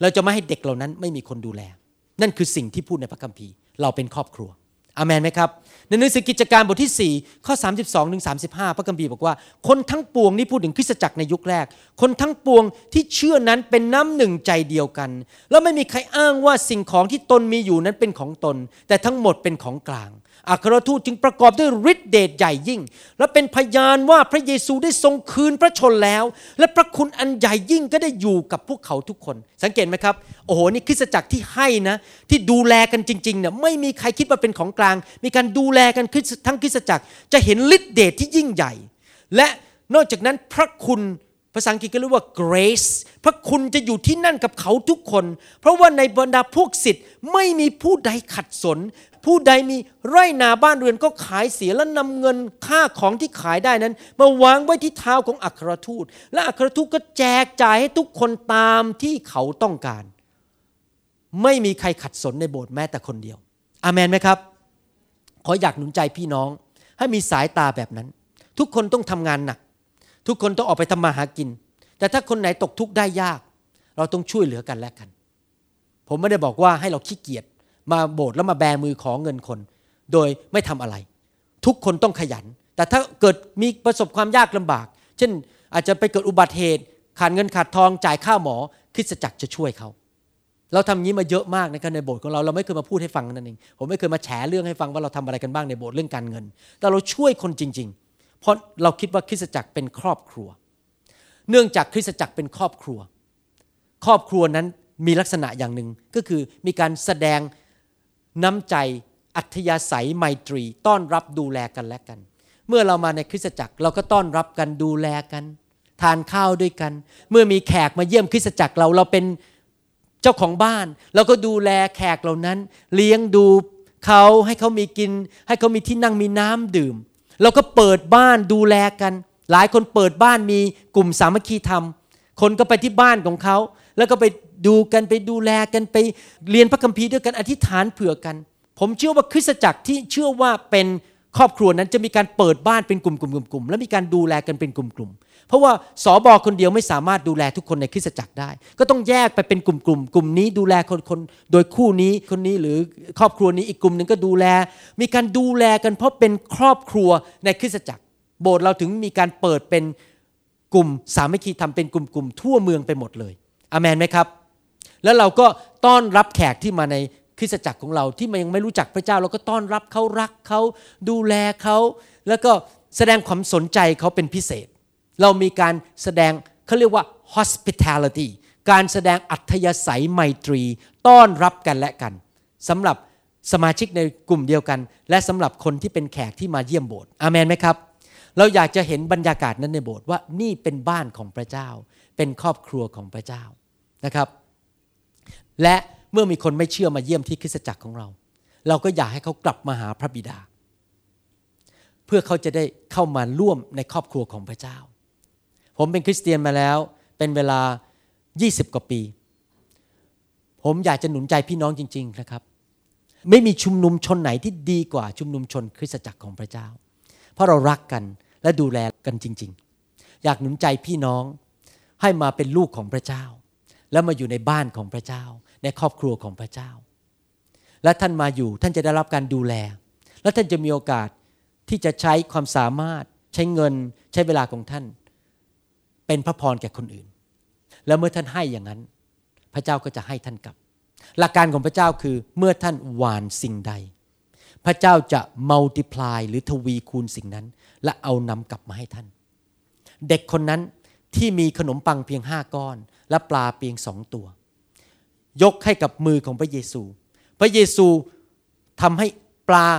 เราจะไม่ให้เด็กเหล่านั้นไม่มีคนดูแลนั่นคือสิ่งที่พูดในพระคัมภีร์เราเป็นครอบครัวอาเมนไหมครับในหนังสือกิจการบทที่4ข้อ32ถึง35พระคัมภีร์บอกว่าคนทั้งปวงนี่พูดถึงคริสตจักรในยุคแรกคนทั้งปวงที่เชื่อนั้นเป็นน้ำหนึ่งใจเดียวกันแล้วไม่มีใครอ้างว่าสิ่งของที่ตนมีอยู่นั้นเป็นของตนแต่ทั้งหมดเป็นของกลางอัครทูตจึงประกอบด้วยฤทธิเดชใหญ่ยิ่งและเป็นพยานว่าพระเยซูได้ทรงคืนพระชนแล้วและพระคุณอันใหญ่ยิ่งก็ได้อยู่กับพวกเขาทุกคนสังเกตไหมครับโอ้โหนี่คริสตจักรที่ให้นะที่ดูแลกันจริงๆเนี่ยไม่มีใครคิดว่าเป็นของกลางมีการดูแลกันทั้งคริสตจักรจะเห็นฤทธิเดชที่ยิ่งใหญ่และนอกจากนั้นพระคุณภาษาอังกฤษก็เรียกว่า grace พระคุณจะอยู่ที่นั่นกับเขาทุกคนเพราะว่าในบรรดาพวกศิษย์ไม่มีผู้ใดขัดสนผู้ใดมีไร่นาบ้านเรือนก็ขายเสียและนำเงินค่าของที่ขายได้นั้นมาวางไว้ที่เท้าของอัครทูตและอัครทูตก็แจกจ่ายให้ทุกคนตามที่เขาต้องการไม่มีใครขัดสนในโบสถ์แม้แต่คนเดียวอาเมนไหมครับขออยากหนุนใจพี่น้องให้มีสายตาแบบนั้นทุกคนต้องทำงานหนักทุกคนต้องออกไปทำมาหากินแต่ถ้าคนไหนตกทุกข์ได้ยากเราต้องช่วยเหลือกันและกันผมไม่ได้บอกว่าให้เราขี้เกียจมาโบสถ์แล้วมาแบมือขอเงินคนโดยไม่ทำอะไรทุกคนต้องขยันแต่ถ้าเกิดมีประสบความยากลำบากเช่นอาจจะไปเกิดอุบัติเหตุขาดเงินขาดทองจ่ายค่าหมอคริสตจักรจะช่วยเขาเราทำนี้มาเยอะมากในโบสถ์ของเราไม่เคยมาพูดให้ฟังนั่นเองผมไม่เคยมาแฉเรื่องให้ฟังว่าเราทำอะไรกันบ้างในโบสถ์เรื่องการเงินแต่เราช่วยคนจริงๆเพราะเราคิดว่าคริสตจักรเป็นครอบครัวเนื่องจากคริสตจักรเป็นครอบครัวครอบครัวนั้นมีลักษณะอย่างหนึ่งก็คือมีการแสดงน้ำใจอัธยาศัยไมตรีต้อนรับดูแลกันและกันเมื่อเรามาในคริสตจักรเราก็ต้อนรับกันดูแลกันทานข้าวด้วยกันเมื่อมีแขกมาเยี่ยมคริสตจักรเราเป็นเจ้าของบ้านเราก็ดูแลแขกเหล่านั้นเลี้ยงดูเขาให้เขามีกินให้เขามีที่นั่งมีน้ำดื่มเราก็เปิดบ้านดูแลกันหลายคนเปิดบ้านมีกลุ่มสามัคคีธรรมคนก็ไปที่บ้านของเขาแล้วก็ไปดูกันไปดูแลกันไปเรียนพระคัมภีร์ด้วยกันอธิษฐานเผื่อกันผมเชื่อว่าคริสตจักรที่เชื่อว่าเป็นครอบครัวนั้นจะมีการเปิดบ้านเป็นกลุ่มๆๆและมีการดูแลกันเป็นกลุ่มๆเพราะว่าสบคนเดียวไม่สามารถดูแลทุกคนในคริสตจักรได้ก็ต้องแยกไปเป็นกลุ่มๆกลุ่มนี้ดูแลคนโดยคู่นี้คนนี้หรือครอบครัวนี้อีกกลุ่มนึงก็ดูแลมีการดูแลกันเพราะเป็นครอบครัวในคริสตจักรโบสถ์เราถึงมีการเปิดเป็นกลุ่มสามัคคีธรรมเป็นกลุ่มๆทั่วเมืองไปหมดเลยอาเมนไหมครับแล้วเราก็ต้อนรับแขกที่มาในคริสตจักรของเราที่มันยังไม่รู้จักพระเจ้าเราก็ต้อนรับเขารักเขาดูแลเขาแล้วก็แสดงความสนใจเขาเป็นพิเศษเรามีการแสดงเขาเรียกว่า hospitality การแสดงอัธยาศัยไมตรีต้อนรับกันและกันสำหรับสมาชิกในกลุ่มเดียวกันและสำหรับคนที่เป็นแขกที่มาเยี่ยมโบสถ์อาเมนไหมครับเราอยากจะเห็นบรรยากาศนั้นในโบสถ์ว่านี่เป็นบ้านของพระเจ้าเป็นครอบครัวของพระเจ้านะครับและเมื่อมีคนไม่เชื่อมาเยี่ยมที่คริสตจักรของเราเราก็อยากให้เขากลับมาหาพระบิดาเพื่อเขาจะได้เข้ามาร่วมในครอบครัวของพระเจ้าผมเป็นคริสเตียนมาแล้วเป็นเวลา20กว่าปีผมอยากจะหนุนใจพี่น้องจริงๆนะครับไม่มีชุมนุมชนไหนที่ดีกว่าชุมนุมชนคริสตจักรของพระเจ้าเพราะเรารักกันและดูแลกันจริงๆอยากหนุนใจพี่น้องให้มาเป็นลูกของพระเจ้าแล้วมาอยู่ในบ้านของพระเจ้าในครอบครัวของพระเจ้าและท่านมาอยู่ท่านจะได้รับการดูแลและท่านจะมีโอกาสที่จะใช้ความสามารถใช้เงินใช้เวลาของท่านเป็นพระพรแก่คนอื่นแล้วเมื่อท่านให้อย่างนั้นพระเจ้าก็จะให้ท่านกลับหลักการของพระเจ้าคือเมื่อท่านหว่านสิ่งใดพระเจ้าจะ multiply หรือทวีคูณสิ่งนั้นและเอานำกลับมาให้ท่านเด็กคนนั้นที่มีขนมปังเพียง5ก้อนและปลาเพียง2ตัวยกให้กับมือของพระเยซูพระเยซูทำให้ปลา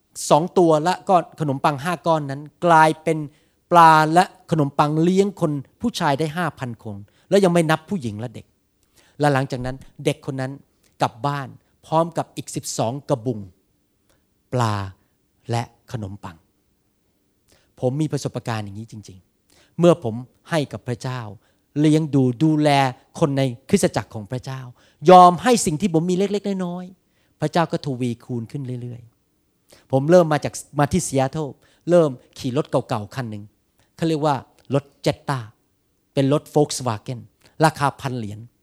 2ตัวและก็ขนมปัง5ก้อนนั้นกลายเป็นปลาและขนมปังเลี้ยงคนผู้ชายได้ 5,000 คนแล้วยังไม่นับผู้หญิงและเด็กและหลังจากนั้นเด็กคนนั้นกลับบ้านพร้อมกับอีก12กระบุงปลาและขนมปังผมมีประสบการณ์อย่างนี้จริงๆเมื่อผมให้กับพระเจ้าเลี้ยงดูแลคนในคริสตจักรของพระเจ้ายอมให้สิ่งที่ผมมีเล็กๆน้อยๆพระเจ้าก็ทวีคูณขึ้นเรื่อยๆผมเริ่มมาที่ซีแอตเทิลเริ่มขี่รถเก่าๆคันหนึ่งเขาเรียกว่ารถเจตตาเป็นรถ Volkswagen ราคา1,000 เหรียญ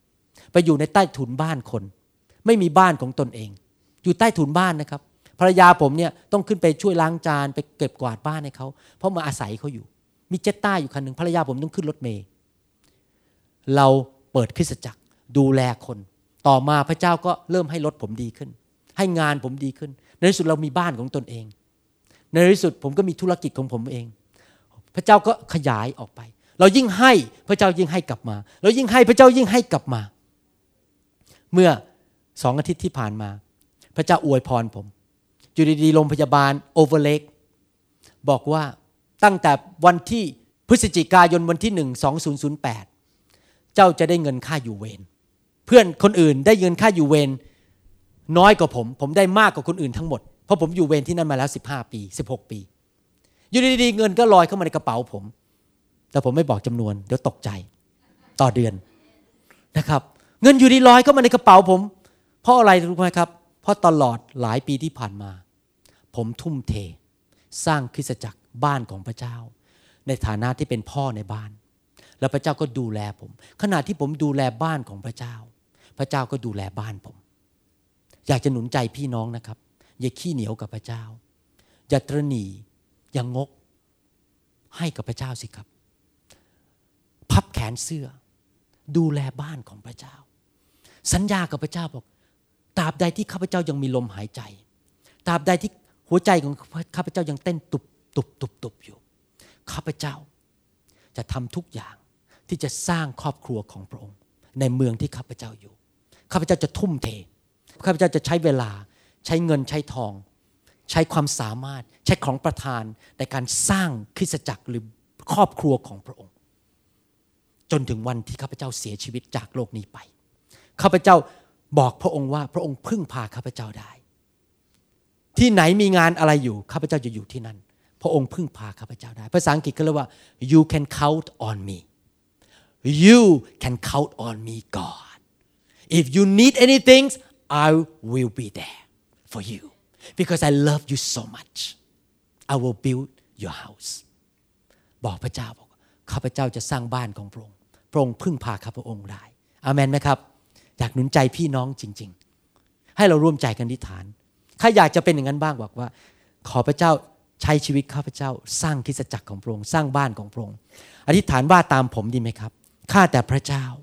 ไปอยู่ในใต้ถุนบ้านคนไม่มีบ้านของตนเองอยู่ใต้ถุนบ้านนะครับภรรยาผมเนี่ยต้องขึ้นไปช่วยล้างจานไปเก็บกวาดบ้านให้เขาเพราะมาอาศัยเขาอยู่มีเจตต้าอยู่คันนึงภรรยาผมต้องขึ้นรถเมล์เราเปิดคริสตจักรดูแลคนต่อมาพระเจ้าก็เริ่มให้รถผมดีขึ้นให้งานผมดีขึ้นในที่สุดเรามีบ้านของตนเองในที่สุดผมก็มีธุรกิจของผมเองพระเจ้าก็ขยายออกไปเรายิ่งให้พระเจ้ายิ่งให้กลับมาเรายิ่งให้พระเจ้ายิ่งให้กลับมาเมื่อ2 อาทิตย์ที่ผ่านมาพระเจ้าอวยพรผมอยู่ดีๆโรงพยาบาลโอเวอร์เลคบอกว่าตั้งแต่วันที่พฤศจิกายนวันที่1 2008เจ้าจะได้เงินค่าอยู่เวรเพื่อนคนอื่นได้เงินค่าอยู่เวรน้อยกว่าผมได้มากกว่าคนอื่นทั้งหมดเพราะผมอยู่เวรที่นั่นมาแล้ว15 ปี16 ปีอยู่ดีๆเงินก็ลอยเข้ามาในกระเป๋าผมแต่ผมไม่บอกจำนวนเดี๋ยวตกใจต่อเดือนนะครับเงินอยู่ดีลอยเข้ามาในกระเป๋าผมเพราะอะไรรู้ไหมครับเพราะตลอดหลายปีที่ผ่านมาผมทุ่มเทสร้างคริสตจักรบ้านของพระเจ้าในฐานะที่เป็นพ่อในบ้านแล้วพระเจ้าก็ดูแลผมขณะที่ผมดูแลบ้านของพระเจ้าพระเจ้าก็ดูแลบ้านผมอยากจะหนุนใจพี่น้องนะครับอย่าขี้เหนียวกับพระเจ้าอย่าตระหนี่อย่างงกให้กับพระเจ้าสิครับพับแขนเสื้อดูแลบ้านของพระเจ้าสัญญากับพระเจ้าบอกตราบใดที่ข้าพเจ้ายังมีลมหายใจตราบใดที่หัวใจของข้าพเจ้ายังเต้นตุบตุบตุบตุบอยู่ข้าพเจ้าจะทำทุกอย่างที่จะสร้างครอบครัวของพระองค์ในเมืองที่ข้าพเจ้าอยู่ข้าพเจ้าจะทุ่มเทข้าพเจ้าจะใช้เวลาใช้เงินใช้ทองใช้ความสามารถใช้ของประทานในการสร้างคริสตจักรหรือครอบครัวของพระองค์จนถึงวันที่ข้าพเจ้าเสียชีวิตจากโลกนี้ไปข้าพเจ้าบอกพระองค์ว่าพระองค์พึ่งพาข้าพเจ้าได้ที่ไหนมีงานอะไรอยู่ข้าพเจ้าจะอยู่ที่นั่นพระองค์พึ่งพาข้าพเจ้าได้ภาษาอังกฤษเขาเรียกว่า you can count on me you can count on me God if you need anything I will be there for you because I love you so much I will build your house บอกพระเจ้าบอกข้าพเจ้าจะสร้างบ้านของพระองค์พระองค์พึ่งพาข้าพระองค์ได้อาเมนไหมครับอยากหนุนใจพี่น้องจริงๆให้เราร่วมใจกันอธิษฐานถ้าอยากจะเป็นอย่างนั้นบ้างบอกว่าขอพระเจ้าใช้ชีวิตข้าพเจ้าสร้างคริสตจักรของพระองค์สร้างบ้านของพระองค์อธิษฐานว่าตามผมดีไหมครับข้าแต่พระเจ้า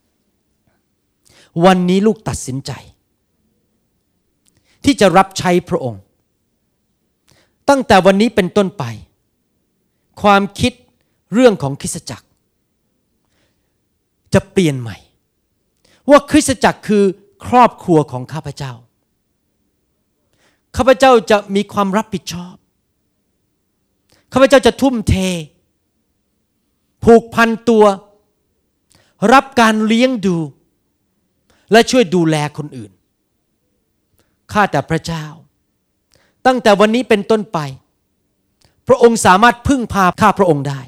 วันนี้ลูกตัดสินใจที่จะรับใช้พระองค์ตั้งแต่วันนี้เป็นต้นไปความคิดเรื่องของคริสตจักรจะเปลี่ยนใหม่ว่าคริสตจักรคือครอบครัวของข้าพเจ้าข้าพเจ้าจะมีความรับผิดชอบข้าพเจ้าจะทุ่มเทผูกพันตัวรับการเลี้ยงดูและช่วยดูแลคนอื่นข้าแต่พระเจ้าตั้งแต่วันนี้เป็นต้นไปพระองค์สามารถพึ่งพาข้าพระองค์ได้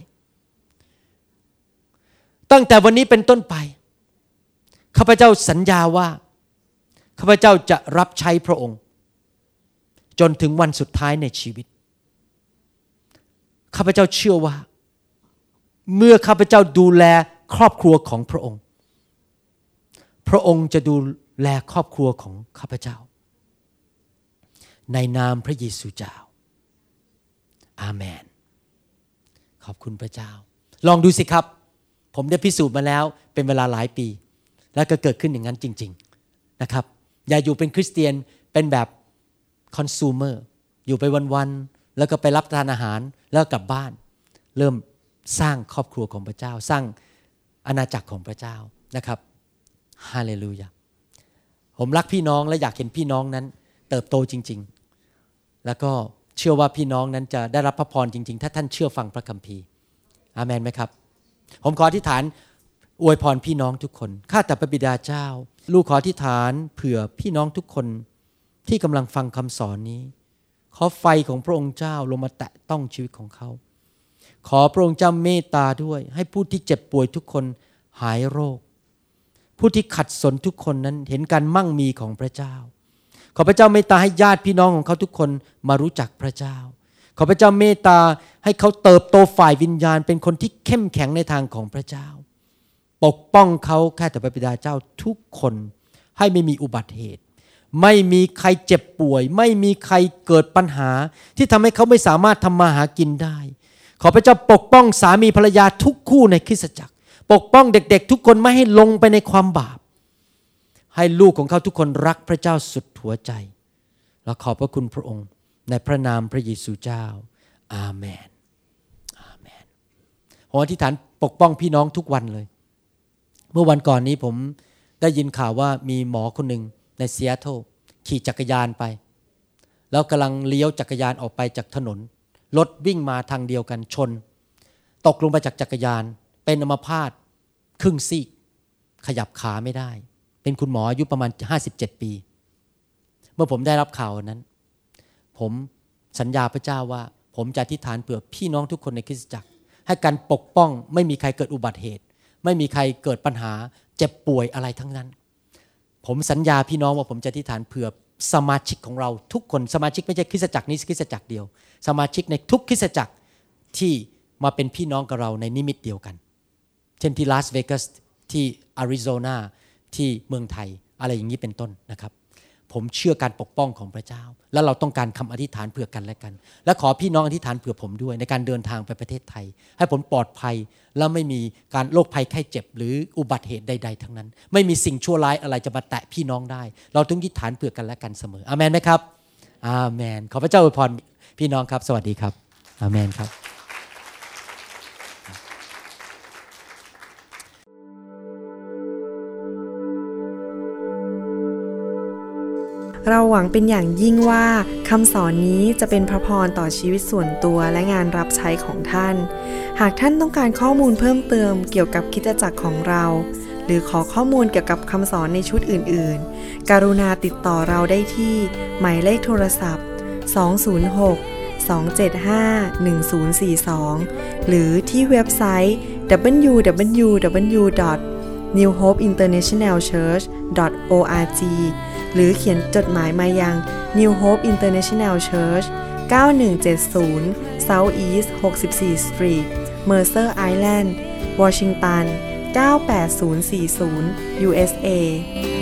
ตั้งแต่วันนี้เป็นต้นไปข้าพเจ้าสัญญาว่าข้าพเจ้าจะรับใช้พระองค์จนถึงวันสุดท้ายในชีวิตข้าพเจ้าเชื่อว่าเมื่อข้าพเจ้าดูแลครอบครัวของพระองค์พระองค์จะดูแลครอบครัวของข้าพเจ้าในนามพระเยซูเจ้าอาเมนขอบคุณพระเจ้าลองดูสิครับผมได้พิสูจน์มาแล้วเป็นเวลาหลายปีแล้วก็เกิดขึ้นอย่างนั้นจริงๆนะครับอย่าอยู่เป็นคริสเตียนเป็นแบบคอน sumer อยู่ไปวันๆแล้วก็ไปรับทานอาหารแล้วกลับบ้านเริ่มสร้างครอบครัวของพระเจ้าสร้างอาณาจักรของพระเจ้านะครับฮาเลลูยาผมรักพี่น้องและอยากเห็นพี่น้องนั้นเติบโตจริงๆแล้วก็เชื่อว่าพี่น้องนั้นจะได้รับพระพรจริงๆถ้าท่านเชื่อฟังพระคัมภีร์อาเมนไหมครับผมขออธิษฐานอวยพรพี่น้องทุกคนข้าแต่พระบิดาเจ้าลูกขออธิษฐานเผื่อพี่น้องทุกคนที่กำลังฟังคำสอนนี้ขอไฟของพระองค์เจ้าลงมาแตะต้องชีวิตของเขาขอพระองค์เจ้าเมตตาด้วยให้ผู้ที่เจ็บป่วยทุกคนหายโรคผู้ที่ขัดสนทุกคนนั้นเห็นการมั่งมีของพระเจ้าขอพระเจ้าเมตตาให้ญาติพี่น้องของเขาทุกคนมารู้จักพระเจ้าขอพระเจ้าเมตตาให้เขาเติบโตฝ่ายวิญญาณเป็นคนที่เข้มแข็งในทางของพระเจ้าปกป้องเขาข้าแต่พระบิดาเจ้าทุกคนให้ไม่มีอุบัติเหตุไม่มีใครเจ็บป่วยไม่มีใครเกิดปัญหาที่ทำให้เขาไม่สามารถทำมาหากินได้ขอพระเจ้าปกป้องสามีภรรยาทุกคู่ในคริสตจักรปกป้องเด็กๆทุกคนไม่ให้ลงไปในความบาปให้ลูกของเขาทุกคนรักพระเจ้าสุดหัวใจและขอบพระคุณพระองค์ในพระนามพระเยซูเจ้าอาเมนอาเมนผมอธิษฐานปกป้องพี่น้องทุกวันเลยเมื่อวันก่อนนี้ผมได้ยินข่าวว่ามีหมอคนหนึ่งในซีแอตเทิลขี่จักรยานไปแล้วกำลังเลี้ยวจักรยานออกไปจากถนนรถวิ่งมาทางเดียวกันชนตกลงไปจากจักรยานเป็นอัมพาตครึ่งซีกขยับขาไม่ได้เป็นคุณหมออายุประมาณ57ปีเมื่อผมได้รับข่าวนั้นผมสัญญาพระเจ้าว่าผมจะอธิษฐานเผื่อพี่น้องทุกคนในคริสตจักรให้การปกป้องไม่มีใครเกิดอุบัติเหตุไม่มีใครเกิดปัญหาเจ็บป่วยอะไรทั้งนั้นผมสัญญาพี่น้องว่าผมจะอธิษฐานเผื่อสมาชิกของเราทุกคนสมาชิกไม่ใช่คริสตจักรนี้คริสตจักรเดียวสมาชิกในทุกคริสตจักรที่มาเป็นพี่น้องกับเราในนิมิตเดียวกันเช่นที่ลาสเวกัสที่อาริโซนาที่เมืองไทยอะไรอย่างนี้เป็นต้นนะครับผมเชื่อการปกป้องของพระเจ้าและเราต้องการคำอธิษฐานเผื่อกันและกันและขอพี่น้องอธิษฐานเผื่อผมด้วยในการเดินทางไปประเทศไทยให้ผมปลอดภัยและไม่มีการโรคภัยไข้เจ็บหรืออุบัติเหตุใดๆทั้งนั้นไม่มีสิ่งชั่วร้ายอะไรจะมาแตะพี่น้องได้เราต้องอธิษฐานเผื่อกันและกันเสมออาเมนไหมครับอาเมนขอพระเจ้าอวยพรพี่น้องครับสวัสดีครับอาเมนครับเราหวังเป็นอย่างยิ่งว่าคำสอนนี้จะเป็นพระพรต่อชีวิตส่วนตัวและงานรับใช้ของท่านหากท่านต้องการข้อมูลเพิ่มเติมเกี่ยวกับคริสตจักรของเราหรือขอข้อมูลเกี่ยวกับคำสอนในชุดอื่นๆกรุณาติดต่อเราได้ที่หมายเลขโทรศัพท์206-275-1042 หรือที่เว็บไซต์ www.newhopeinternationalchurch.org หรือเขียนจดหมายมายัง New Hope International Church 9170 South East 64 Street Mercer Island Washington 98040 USA